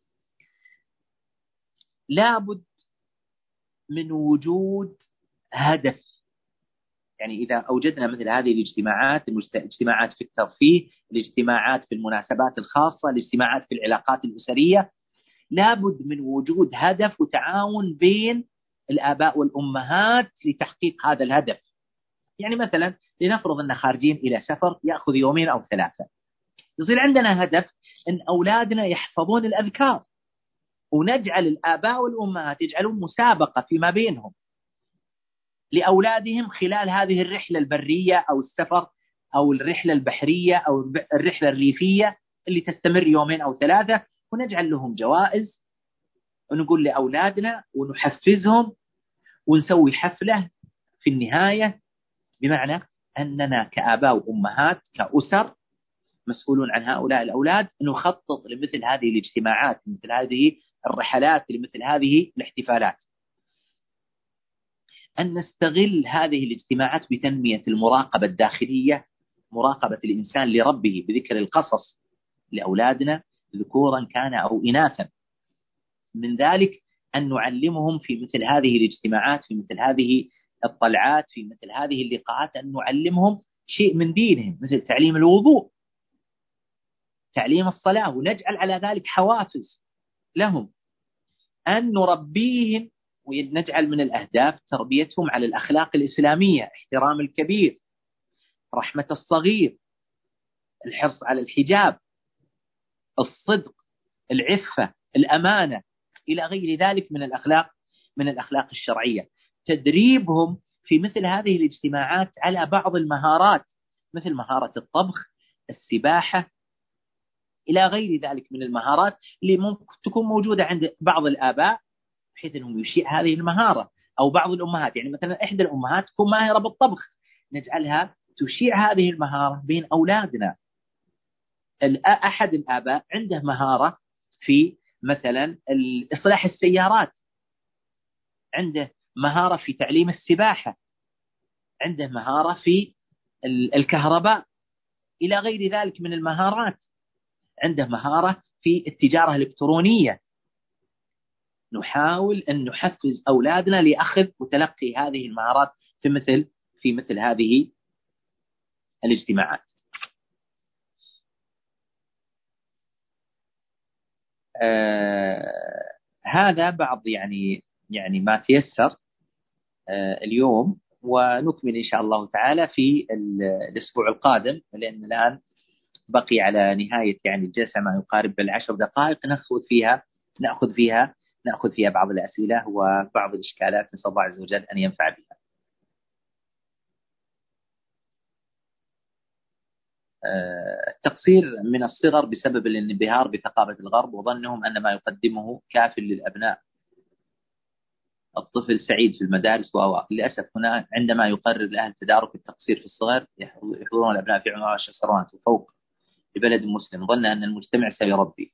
لابد من وجود هدف. يعني إذا أوجدنا مثل هذه الاجتماعات، الاجتماعات في الترفيه، الاجتماعات في المناسبات الخاصة، الاجتماعات في العلاقات الأسرية، لابد من وجود هدف وتعاون بين الآباء والأمهات لتحقيق هذا الهدف. يعني مثلا لنفرض أن خارجين إلى سفر يأخذ يومين أو ثلاثة، يصير عندنا هدف أن أولادنا يحفظون الأذكار، ونجعل الآباء والأمهات يجعلون مسابقة فيما بينهم لأولادهم خلال هذه الرحلة البرية أو السفر أو الرحلة البحرية أو الرحلة الريفية اللي تستمر يومين أو ثلاثة، ونجعل لهم جوائز ونقول لأولادنا ونحفزهم ونسوي حفلة في النهاية، بمعنى أننا كآباء وأمهات كأسر مسؤولون عن هؤلاء الأولاد، نخطط لمثل هذه الاجتماعات، لمثل هذه الرحلات، لمثل هذه الاحتفالات. أن نستغل هذه الاجتماعات بتنمية المراقبة الداخلية، مراقبة الإنسان لربه بذكر القصص لأولادنا ذكورا كان أو إناثا. من ذلك أن نعلمهم في مثل هذه الاجتماعات، في مثل هذه الطلعات، في مثل هذه اللقاءات، أن نعلمهم شيء من دينهم، مثل تعليم الوضوء، تعليم الصلاة، ونجعل على ذلك حوافز لهم، أن نربيهم ونجعل من الأهداف تربيتهم على الأخلاق الإسلامية، احترام الكبير، رحمة الصغير، الحرص على الحجاب، الصدق، العفة، الأمانة، إلى غير ذلك من الأخلاق من الأخلاق الشرعية. تدريبهم في مثل هذه الاجتماعات على بعض المهارات، مثل مهارة الطبخ، السباحة، إلى غير ذلك من المهارات اللي ممكن تكون موجودة عند بعض الآباء، بحيث أنهم يشيع هذه المهارة، أو بعض الأمهات، يعني مثلا إحدى الأمهات تكون ماهرة بالطبخ، نجعلها تشيع هذه المهارة بين أولادنا. أحد الآباء عنده مهارة في مثلا إصلاح السيارات، عنده مهارة في تعليم السباحة، عنده مهارة في الكهرباء، إلى غير ذلك من المهارات، عنده مهارة في التجارة الإلكترونية. نحاول أن نحفز أولادنا لأخذ وتلقي هذه المهارات في مثل في مثل هذه الاجتماعات. آه هذا بعض يعني يعني ما تيسر آه اليوم، ونكمل إن شاء الله تعالى في الأسبوع القادم، لأن الآن بقي على نهاية يعني الجلسة ما يقارب بالعشر دقائق نأخذ فيها نأخذ فيها نأخذ فيها بعض الأسئلة وبعض الإشكالات، نسأل الله عز وجل أن ينفع بها. التقصير من الصغر بسبب الانبهار بثقافة الغرب وظنهم أن ما يقدمه كاف للأبناء. الطفل سعيد في المدارس وأواء. للأسف هنا عندما يقرر الأهل تدارك التقصير في الصغر يحضرون الأبناء في عمر عشر سنوات وفوق لبلد مسلم ظن أن المجتمع سيربي،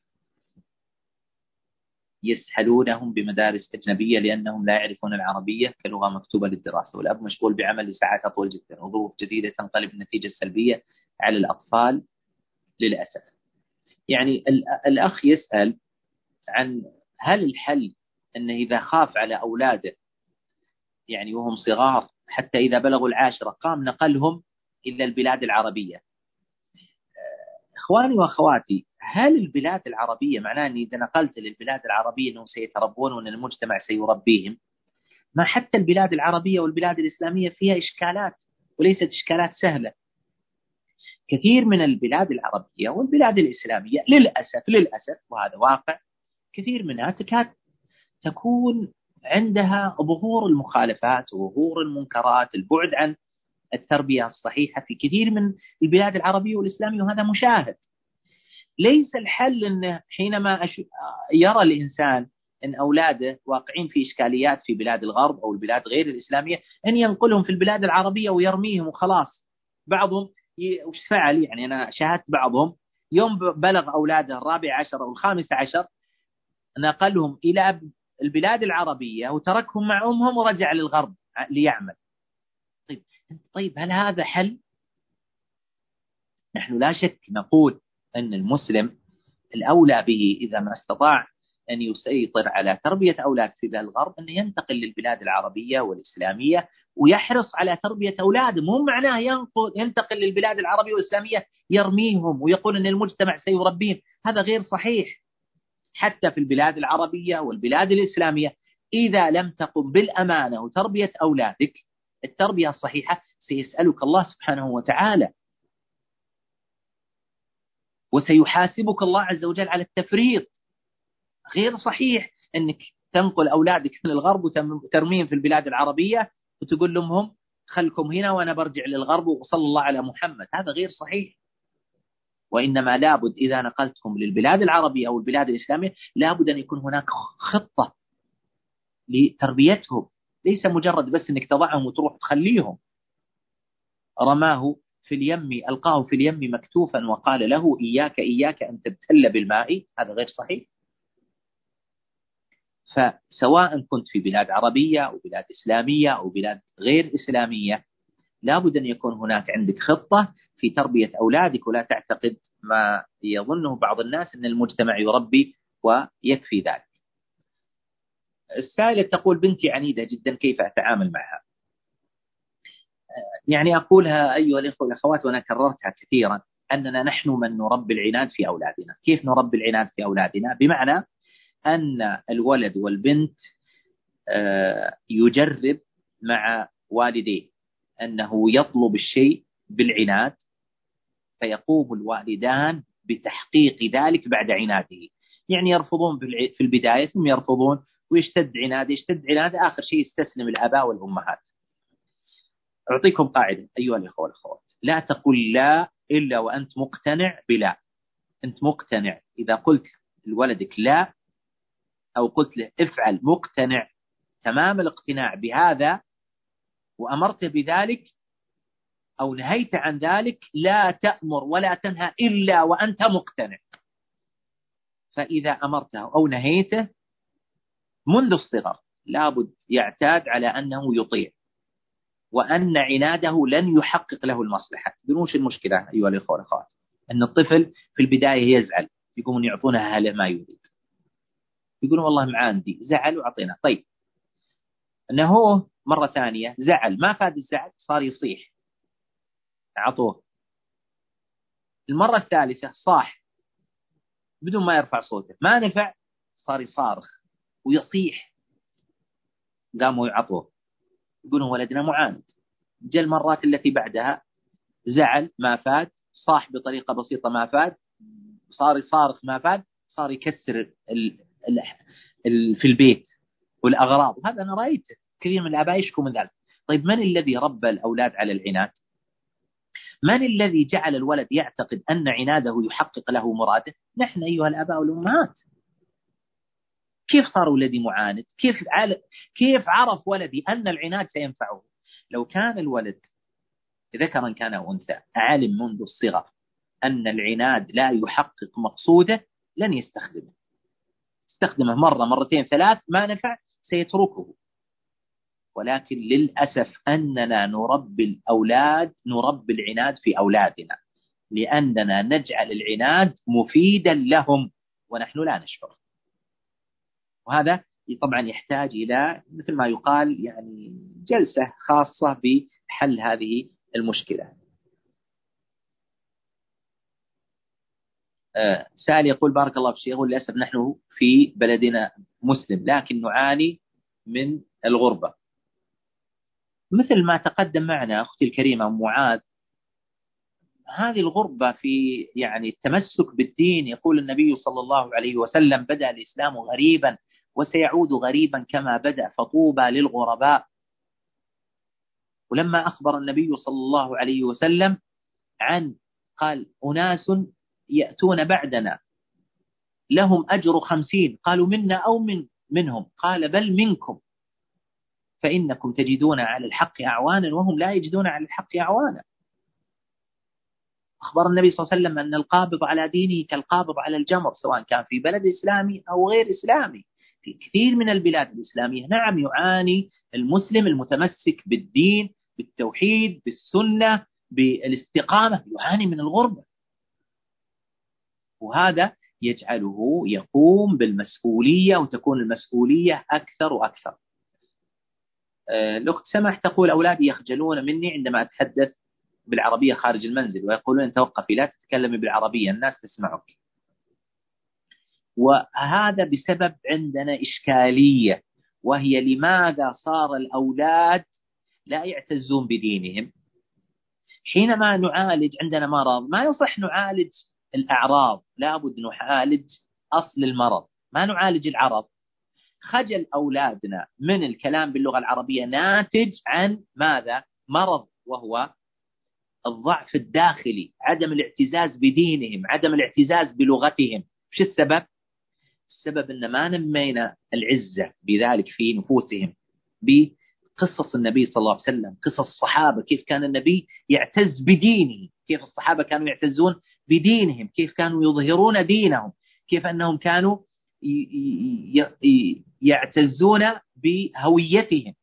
يسحلونهم بمدارس أجنبية لأنهم لا يعرفون العربية كلغة مكتوبة للدراسة، والأب مشغول بعمل لساعات أطول جدا، وظروف جديدة تنقلب النتيجة السلبية على الأطفال للأسف. يعني الأخ يسأل عن هل الحل أنه إذا خاف على أولاده يعني وهم صغار حتى إذا بلغوا العاشرة قام نقلهم إلى البلاد العربية. إخواني وأخواتي، هل البلاد العربية معناه أني إذا نقلت للبلاد العربية أنهم سيتربون وأن المجتمع سيربيهم؟ ما حتى البلاد العربية والبلاد الإسلامية فيها إشكالات، وليست إشكالات سهلة. كثير من البلاد العربية والبلاد الإسلامية للأسف للأسف وهذا واقع، كثير منها تكاد تكون عندها ظهور المخالفات وظهور المنكرات، البعد عن التربية الصحيحة في كثير من البلاد العربية والإسلامية، وهذا مشاهد. ليس الحل أنه حينما يرى الإنسان أن أولاده واقعين في إشكاليات في بلاد الغرب أو البلاد غير الإسلامية أن ينقلهم في البلاد العربية ويرميهم وخلاص. بعضهم وش فعل؟ يعني أنا شاهدت بعضهم يوم بلغ أولاده الرابع عشر أو الخامس عشر نقلهم إلى البلاد العربية وتركهم مع أمهم ورجع للغرب ليعمل. طيب طيب هل هذا حل؟ نحن لا شك نقول أن المسلم الأولى به إذا ما استطاع أن يسيطر على تربية أولاد في بلاد الغرب أن ينتقل للبلاد العربية والإسلامية ويحرص على تربية أولاده. مو معناه ينتقل للبلاد العربية والإسلامية يرميهم ويقول أن المجتمع سيربيهم، هذا غير صحيح. حتى في البلاد العربية والبلاد الإسلامية إذا لم تقم بالأمانة وتربية أولادك التربية الصحيحة سيسألك الله سبحانه وتعالى، وسيحاسبك الله عز وجل على التفريط. غير صحيح أنك تنقل أولادك من الغرب وترميهم في البلاد العربية وتقول لهم هم خلكم هنا وأنا برجع للغرب وصلى الله على محمد، هذا غير صحيح. وإنما لابد إذا نقلتهم للبلاد العربية أو البلاد الإسلامية لابد أن يكون هناك خطة لتربيتهم، ليس مجرد بس أنك تضعهم وتروح تخليهم. رماه في اليم ألقاه في اليم مكتوفا وقال له إياك إياك أن تبتل بالماء، هذا غير صحيح. فسواء كنت في بلاد عربية أو بلاد إسلامية أو بلاد غير إسلامية، لابد أن يكون هناك عندك خطة في تربية أولادك، ولا تعتقد ما يظنه بعض الناس أن المجتمع يربي ويكفي ذلك. السائلة تقول: بنتي عنيدة جدا، كيف أتعامل معها؟ يعني أقولها أيها الإخوة والأخوات، وأنا كررتها كثيرا، أننا نحن من نربي العناد في أولادنا. كيف نربي العناد في أولادنا؟ بمعنى أن الولد والبنت يجرب مع والديه أنه يطلب الشيء بالعناد، فيقوم الوالدان بتحقيق ذلك بعد عناده. يعني يرفضون في البداية ثم يرفضون ويشتد عناده يشتد عناده آخر شيء يستسلم الآباء والأمهات. أعطيكم قاعدة أيها الإخوة والأخوات: لا تقل لا إلا وأنت مقتنع بلا. أنت مقتنع، إذا قلت لولدك لا أو قلت له افعل مقتنع تمام الاقتناع بهذا وأمرت بذلك أو نهيت عن ذلك، لا تأمر ولا تنهى إلا وأنت مقتنع. فإذا أمرته أو نهيته منذ الصغر لابد يعتاد على أنه يطيع، وأن عناده لن يحقق له المصلحة. دونوش المشكلة أيها الأخوة والأخوات؟ أن الطفل في البداية يزعل، يقومون يعطونه هذا ما يريد، يقولون والله معاندي، زعل وعطينا. طيب أنه مرة ثانية زعل، ما فاد الزعل، صار يصيح، عطوه. المرة الثالثة صاح بدون ما يرفع صوته، ما نفع، صار يصارخ ويصيح، قاموا يعطوه، يقولون ولدنا معاند. جاء المرات التي بعدها زعل ما فاد، صاح بطريقة بسيطة ما فاد، صار يصارخ ما فاد، صار يكسر ال ال ال في البيت والأغراض. وهذا أنا رأيت كثير من الآباء يشكوا من ذلك. طيب من الذي ربى الأولاد على العناد؟ من الذي جعل الولد يعتقد أن عناده يحقق له مراده؟ نحن أيها الآباء والأمهات. كيف صار ولدي معاند؟ كيف كيف عرف ولدي أن العناد سينفعه؟ لو كان الولد ذكرا كان أو أنثى علم منذ الصغر أن العناد لا يحقق مقصوده لن يستخدمه. استخدمه مرة مرتين ثلاث ما نفع سيتركه. ولكن للأسف أننا نربي الأولاد نربي العناد في أولادنا، لأننا نجعل العناد مفيدا لهم ونحن لا نشعر. وهذا طبعا يحتاج إلى مثل ما يقال يعني جلسة خاصة بحل هذه المشكلة. آه سائل يقول: بارك الله في الشيخ، يقول للأسف نحن في بلدنا مسلم لكن نعاني من الغربة. مثل ما تقدم معنا أختي الكريمة معاذ، هذه الغربة في يعني التمسك بالدين. يقول النبي صلى الله عليه وسلم: بدأ الإسلام غريبا وسيعود غريبا كما بدأ فطوبى للغرباء. ولما أخبر النبي صلى الله عليه وسلم عن قال: أناس يأتون بعدنا لهم أجر خمسين، قالوا منا أو من منهم؟ قال: بل منكم، فإنكم تجدون على الحق أعوانا وهم لا يجدون على الحق أعوانا. أخبر النبي صلى الله عليه وسلم أن القابض على دينه كالقابض على الجمر، سواء كان في بلد إسلامي أو غير إسلامي. في كثير من البلاد الإسلامية نعم يعاني المسلم المتمسك بالدين بالتوحيد بالسنة بالاستقامة، يعاني من الغربة، وهذا يجعله يقوم بالمسؤولية وتكون المسؤولية أكثر وأكثر. الأخت سمح تقول: أولادي يخجلون مني عندما أتحدث بالعربية خارج المنزل ويقولون توقفي لا تتكلمي بالعربية الناس تسمعك. وهذا بسبب عندنا إشكالية، وهي لماذا صار الأولاد لا يعتزون بدينهم؟ حينما نعالج عندنا مرض ما يصح نعالج الأعراض، لابد نعالج أصل المرض، ما نعالج العرض. خجل أولادنا من الكلام باللغة العربية ناتج عن ماذا؟ مرض، وهو الضعف الداخلي، عدم الاعتزاز بدينهم، عدم الاعتزاز بلغتهم. وش السبب؟ السبب أن ما نمينا العزة بذلك في نفوسهم بقصص النبي صلى الله عليه وسلم، قصص الصحابة، كيف كان النبي يعتز بدينه، كيف الصحابة كانوا يعتزون بدينهم، كيف كانوا يظهرون دينهم، كيف أنهم كانوا يعتزون بهويتهم.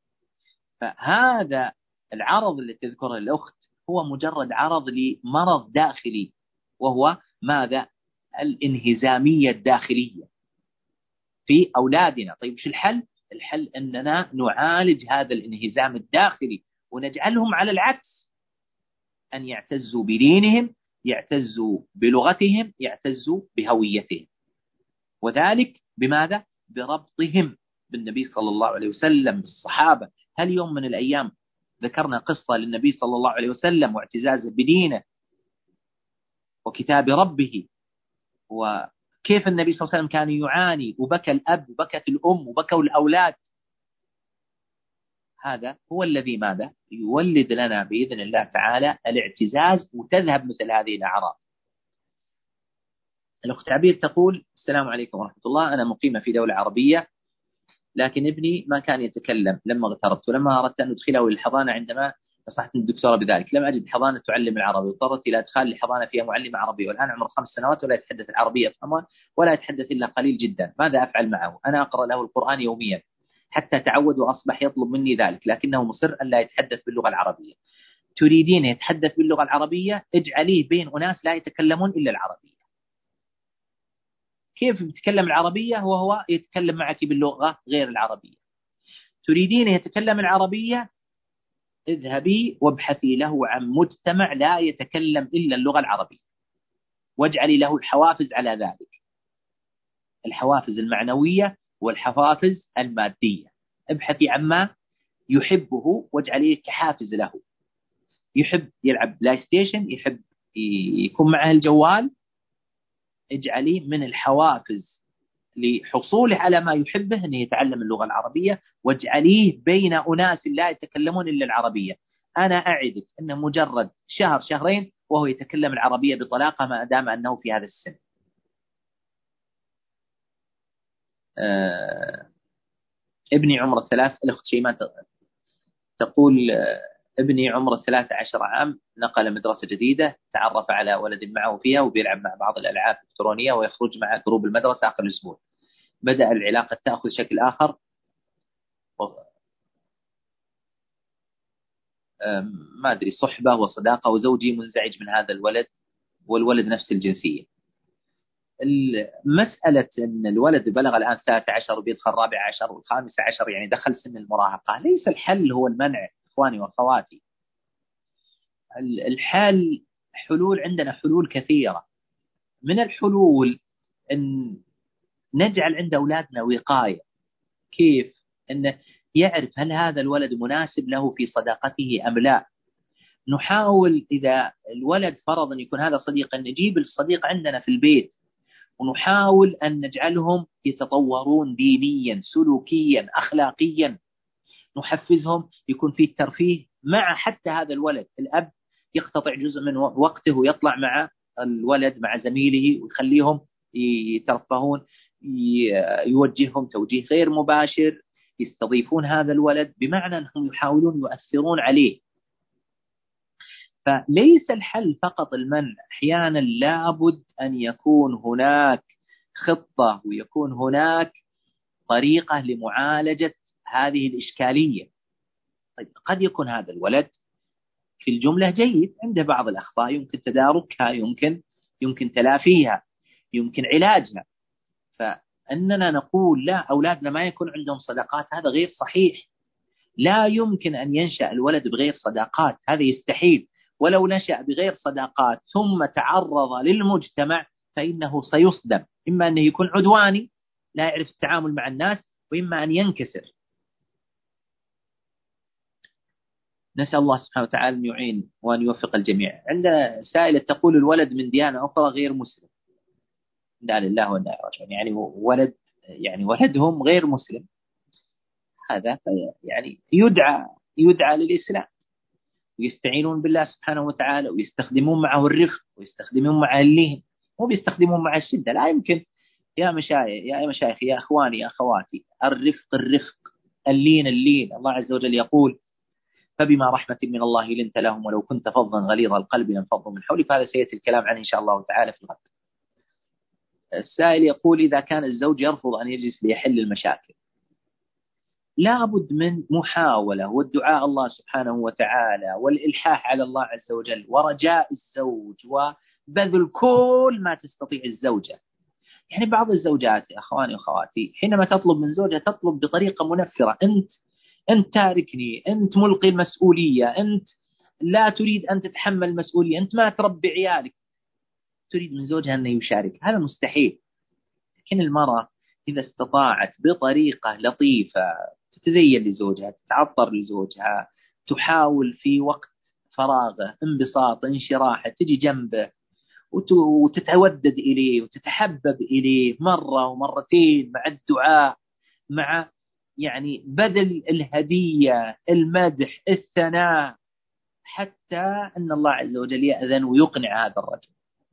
فهذا العرض اللي تذكره الأخت هو مجرد عرض لمرض داخلي، وهو ماذا؟ الانهزامية الداخلية في أولادنا. طيب شو الحل؟ الحل أننا نعالج هذا الانهزام الداخلي ونجعلهم على العكس، أن يعتزوا بدينهم، يعتزوا بلغتهم، يعتزوا بهويتهم. وذلك بماذا؟ بربطهم بالنبي صلى الله عليه وسلم، بالصحابة. هل يوم من الأيام ذكرنا قصة للنبي صلى الله عليه وسلم واعتزازه بدينه وكتاب ربه، وكيف النبي صلى الله عليه وسلم كان يعاني وبكى الأب وبكت الأم وبكوا الأولاد؟ هذا هو الذي ماذا؟ يولد لنا بإذن الله تعالى الاعتزاز، وتذهب مثل هذه الأعراض. الأخت عبير تقول: السلام عليكم ورحمة الله، أنا مقيمة في دولة عربية، لكن ابني ما كان يتكلم لما اغتربت، ولما أردت أن أدخله للحضانة عندما نصحتني الدكتورة بذلك لم أجد حضانة تعلم العربي، واضطرت إلى إدخال لحضانة فيها معلمة عربية، والآن عمره خمس سنوات ولا يتحدث العربية أفهمها ولا يتحدث إلا قليل جدا. ماذا أفعل معه؟ أنا أقرأ له القرآن يوميا حتى تعود وأصبح يطلب مني ذلك، لكنه مصر أن لا يتحدث باللغة العربية. تريدين يتحدث باللغة العربية؟ اجعليه بين أناس لا يتكلمون إلا العربية. كيف يتكلم العربية وهو يتكلم معك باللغة غير العربية؟ تريدين يتكلم العربية؟ اذهبي وابحثي له عن مجتمع لا يتكلم إلا اللغة العربية، واجعلي له الحوافز على ذلك، الحوافز المعنوية والحوافز المادية. ابحثي عما يحبه واجعليه كحافز له. يحب يلعب بلاي ستيشن، يحب يكون معه الجوال، اجعليه من الحوافز لحصوله على ما يحبه أنه يتعلم اللغة العربية، واجعليه بين أناس لا يتكلمون إلا العربية. أنا أعدك أنه مجرد شهر شهرين وهو يتكلم العربية بطلاقة ما دام أنه في هذا السن. آه ابني عمره ثلاث الأخت شيماء تقول: آه ابني عمره ثلاثة عشر عام، نقل مدرسة جديدة، تعرف على ولد معه فيها وبيلعب مع بعض الألعاب الإلكترونية ويخرج مع جروب المدرسة آخر الأسبوع. بدأ العلاقة تأخذ شكل آخر، ما أدري صحبة وصداقة، وزوجي منزعج من هذا الولد والولد نفس الجنسية. المسألة أن الولد بلغ الآن ثلاثة عشر وبيدخل الرابع عشر والخامس عشر، يعني دخل سن المراهقة، ليس الحل هو المنع إخواني وأخواتي. الحل حلول، عندنا حلول كثيرة. من الحلول أن نجعل عند أولادنا وقاية. كيف؟ أن يعرف هل هذا الولد مناسب له في صداقته أم لا. نحاول إذا الولد فرض أن يكون هذا صديق، أن نجيب الصديق عندنا في البيت، ونحاول أن نجعلهم يتطورون دينيا سلوكيا أخلاقيا، نحفزهم، يكون في الترفيه مع حتى هذا الولد. الأب يقتطع جزء من وقته ويطلع مع الولد مع زميله ويخليهم يترفهون، يوجههم توجيه غير مباشر، يستضيفون هذا الولد، بمعنى أنهم يحاولون يؤثرون عليه. فليس الحل فقط المنع، أحيانا لابد أن يكون هناك خطة ويكون هناك طريقة لمعالجة هذه الإشكالية. طيب قد يكون هذا الولد في الجملة جيد، عنده بعض الأخطاء يمكن تداركها، يمكن يمكن تلافيها، يمكن علاجها. فأننا نقول لا، أولادنا ما يكون عندهم صداقات، هذا غير صحيح. لا يمكن أن ينشأ الولد بغير صداقات، هذا يستحيل. ولو نشأ بغير صداقات ثم تعرض للمجتمع فإنه سيصدم، إما أنه يكون عدواني لا يعرف التعامل مع الناس، وإما أن ينكسر. نسأل الله سبحانه وتعالى أن يعين وأن يوفق الجميع. عندنا سائلة تقول: الولد من ديانة أخرى غير مسلم. لا لله وإنا إليه راجعون، يعني ولد يعني ولدهم غير مسلم، هذا يعني يدعى يدعى للإسلام، ويستعينون بالله سبحانه وتعالى، ويستخدمون معه الرفق، ويستخدمون معه اللين، وبيستخدمون معه الشدة. لا يمكن يا مشايخ يا مشايخ يا أخواني يا أخواتي، الرفق الرفق، اللين اللين. الله عز وجل يقول: فبما رحمة من الله لنت لهم ولو كنت فظا غليظ القلب لانفضوا من حولك. فهذا سيأتي الكلام عنه إن شاء الله تعالى في الغد. السائل يقول: إذا كان الزوج يرفض أن يجلس ليحل المشاكل، لا بد من محاولة والدعاء الله سبحانه وتعالى والإلحاح على الله عز وجل ورجاء الزوج وبذل كل ما تستطيع الزوجة. يعني بعض الزوجات يا أخواني وأخواتي حينما تطلب من زوجها تطلب بطريقة منفرة: أنت أنت تاركني، أنت ملقي المسؤولية، أنت لا تريد أن تتحمل المسؤولية، أنت ما تربي عيالك. تريد من زوجها أن يشارك، هذا مستحيل. لكن المرأة إذا استطاعت بطريقة لطيفة تتزين لزوجها، تتعطر لزوجها، تحاول في وقت فراغه انبساط انشراحه تجي جنبه وتتودد إليه وتتحبب إليه مرة ومرتين، مع الدعاء، مع يعني بذل الهدية، المدح، الثناء، حتى أن الله عز وجل يأذن ويقنع هذا الرجل.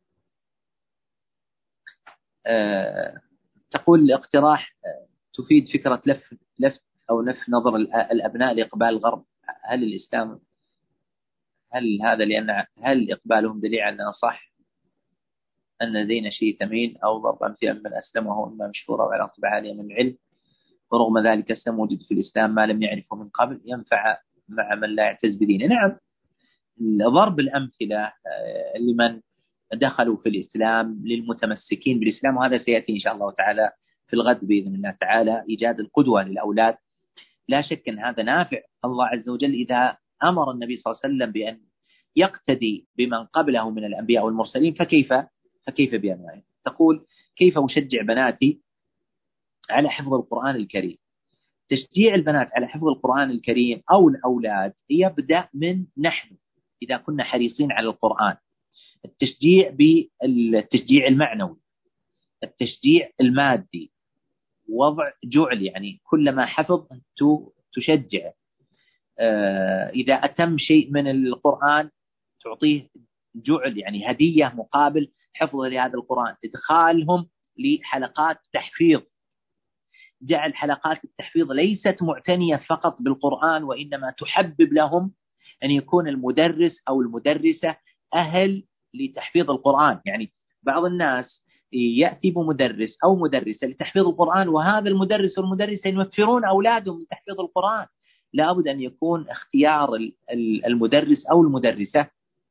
أه تقول الاقتراح أه تفيد فكرة لف لف أو نف نظر الأبناء لإقبال الغرب. هل الإسلام هل هذا لأن هل إقبالهم دليل على أنه صح، أن دين شيء ثمين، أو ضرب أمثلة من أسلم وهو إما مشهورة وعلى رتبة عالية من العلم، ورغم ذلك أسلم وجد في الإسلام ما لم يعرفه من قبل ينفع مع من لا يعتز بدينه. نعم، ضرب الأمثلة لمن دخلوا في الإسلام للمتمسكين بالإسلام، وهذا سيأتي إن شاء الله تعالى في الغد بإذن الله تعالى، إيجاد القدوة للأولاد. لا شك أن هذا نافع. الله عز وجل إذا أمر النبي صلى الله عليه وسلم بأن يقتدي بمن قبله من الأنبياء والمرسلين، فكيف فكيف بأبنائه؟ تقول: كيف أشجع بناتي على حفظ القرآن الكريم؟ تشجيع البنات على حفظ القرآن الكريم أو الأولاد يبدأ من نحن إذا كنا حريصين على القرآن. التشجيع بالتشجيع المعنوي، التشجيع المادي، وضع جعل، يعني كلما حفظ تشجع. إذا أتم شيء من القرآن تعطيه جعل، يعني هدية مقابل حفظه لهذا القرآن. إدخالهم لحلقات تحفيظ، جعل حلقات التحفيظ ليست معتنية فقط بالقرآن، وإنما تحبب لهم أن يكون المدرس أو المدرسة أهل لتحفيظ القرآن. يعني بعض الناس يأتي بمدرس أو مدرسة لتحفيظ القرآن، وهذا المدرس والمدرسة ينفرون أولادهم لتحفيظ القرآن. لا بد أن يكون اختيار المدرس أو المدرسة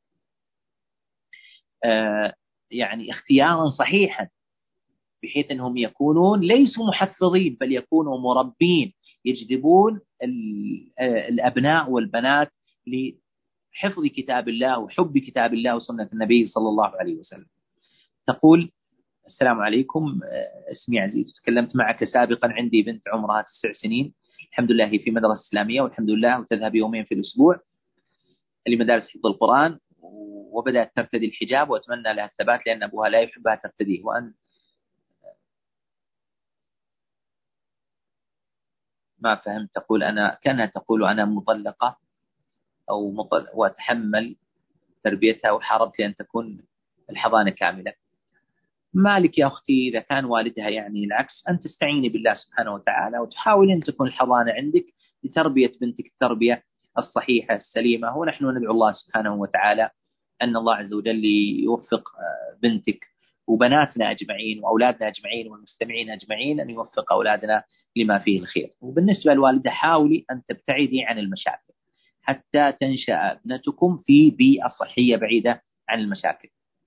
يعني اختيارا صحيحا، بحيث أنهم يكونون ليسوا محفظين بل يكونوا مربين، يجذبون الأبناء والبنات لحفظ كتاب الله وحب كتاب الله وسنة النبي صلى الله عليه وسلم. تقول: السلام عليكم، اسمي عزيز، تكلمت معك سابقا، عندي بنت عمرها تسع سنين، الحمد لله هي في مدرسة إسلامية والحمد لله، وتذهب يومين في الأسبوع لمدارس حفظ القرآن، وبدأت ترتدي الحجاب، وأتمنى لها الثبات لأن أبوها لا يحبها ترتديه. وأن ما فهمت. تقول أنا كانها تقول أنا مطلقة أو مطلق وأتحمل تربيتها وحاربت أن تكون الحضانة كاملة. مالك يا أختي إذا كان والدها يعني العكس، أن تستعيني بالله سبحانه وتعالى وتحاولي أن تكون الحضانة عندك لتربية بنتك التربية الصحيحة السليمة. ونحن ندعو الله سبحانه وتعالى أن الله عز وجل يوفق بنتك وبناتنا أجمعين وأولادنا أجمعين والمستمعين أجمعين، أن يوفق أولادنا لما فيه الخير. وبالنسبة للوالدة حاولي أن تبتعدي عن المشاكل حتى تنشأ ابنتكم في بيئة صحية بعيدة عن المشاكل.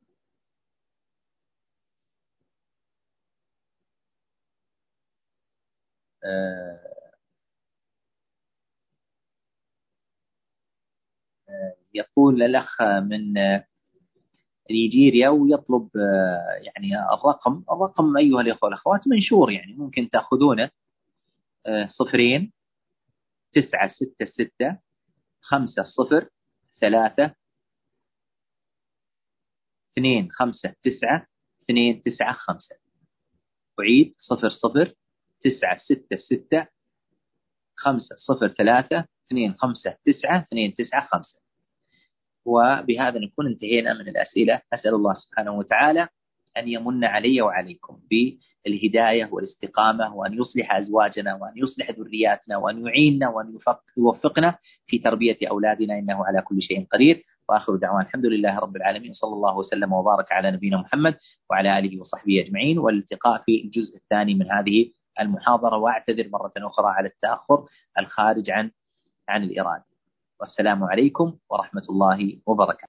يقول الأخ من نيجيريا ويطلب يعني الرقم الرقم أيها الأخوة والأخوات منشور، يعني ممكن تأخذونه: صفرين تسعة ستة ستة خمسة صفر ثلاثة اثنين خمسة تسعة اثنين تسعة خمسة. أعيد: صفر صفر تسعة ستة ستة خمسة صفر ثلاثة اثنين خمسة تسعة اثنين تسعة خمسة. وبهذا نكون انتهينا من الأسئلة. أسأل الله سبحانه وتعالى أن يمن علي وعليكم بالهداية والاستقامة، وأن يصلح أزواجنا، وأن يصلح ذرياتنا، وأن يعيننا، وأن يوفقنا في تربية أولادنا، إنه على كل شيء قدير. وآخر دعوانا الحمد لله رب العالمين، صلى الله وسلم وبارك على نبينا محمد وعلى آله وصحبه أجمعين. والالتقاء في الجزء الثاني من هذه المحاضرة، وأعتذر مرة أخرى على التأخر الخارج عن عن الإرادة. والسلام عليكم ورحمة الله وبركاته.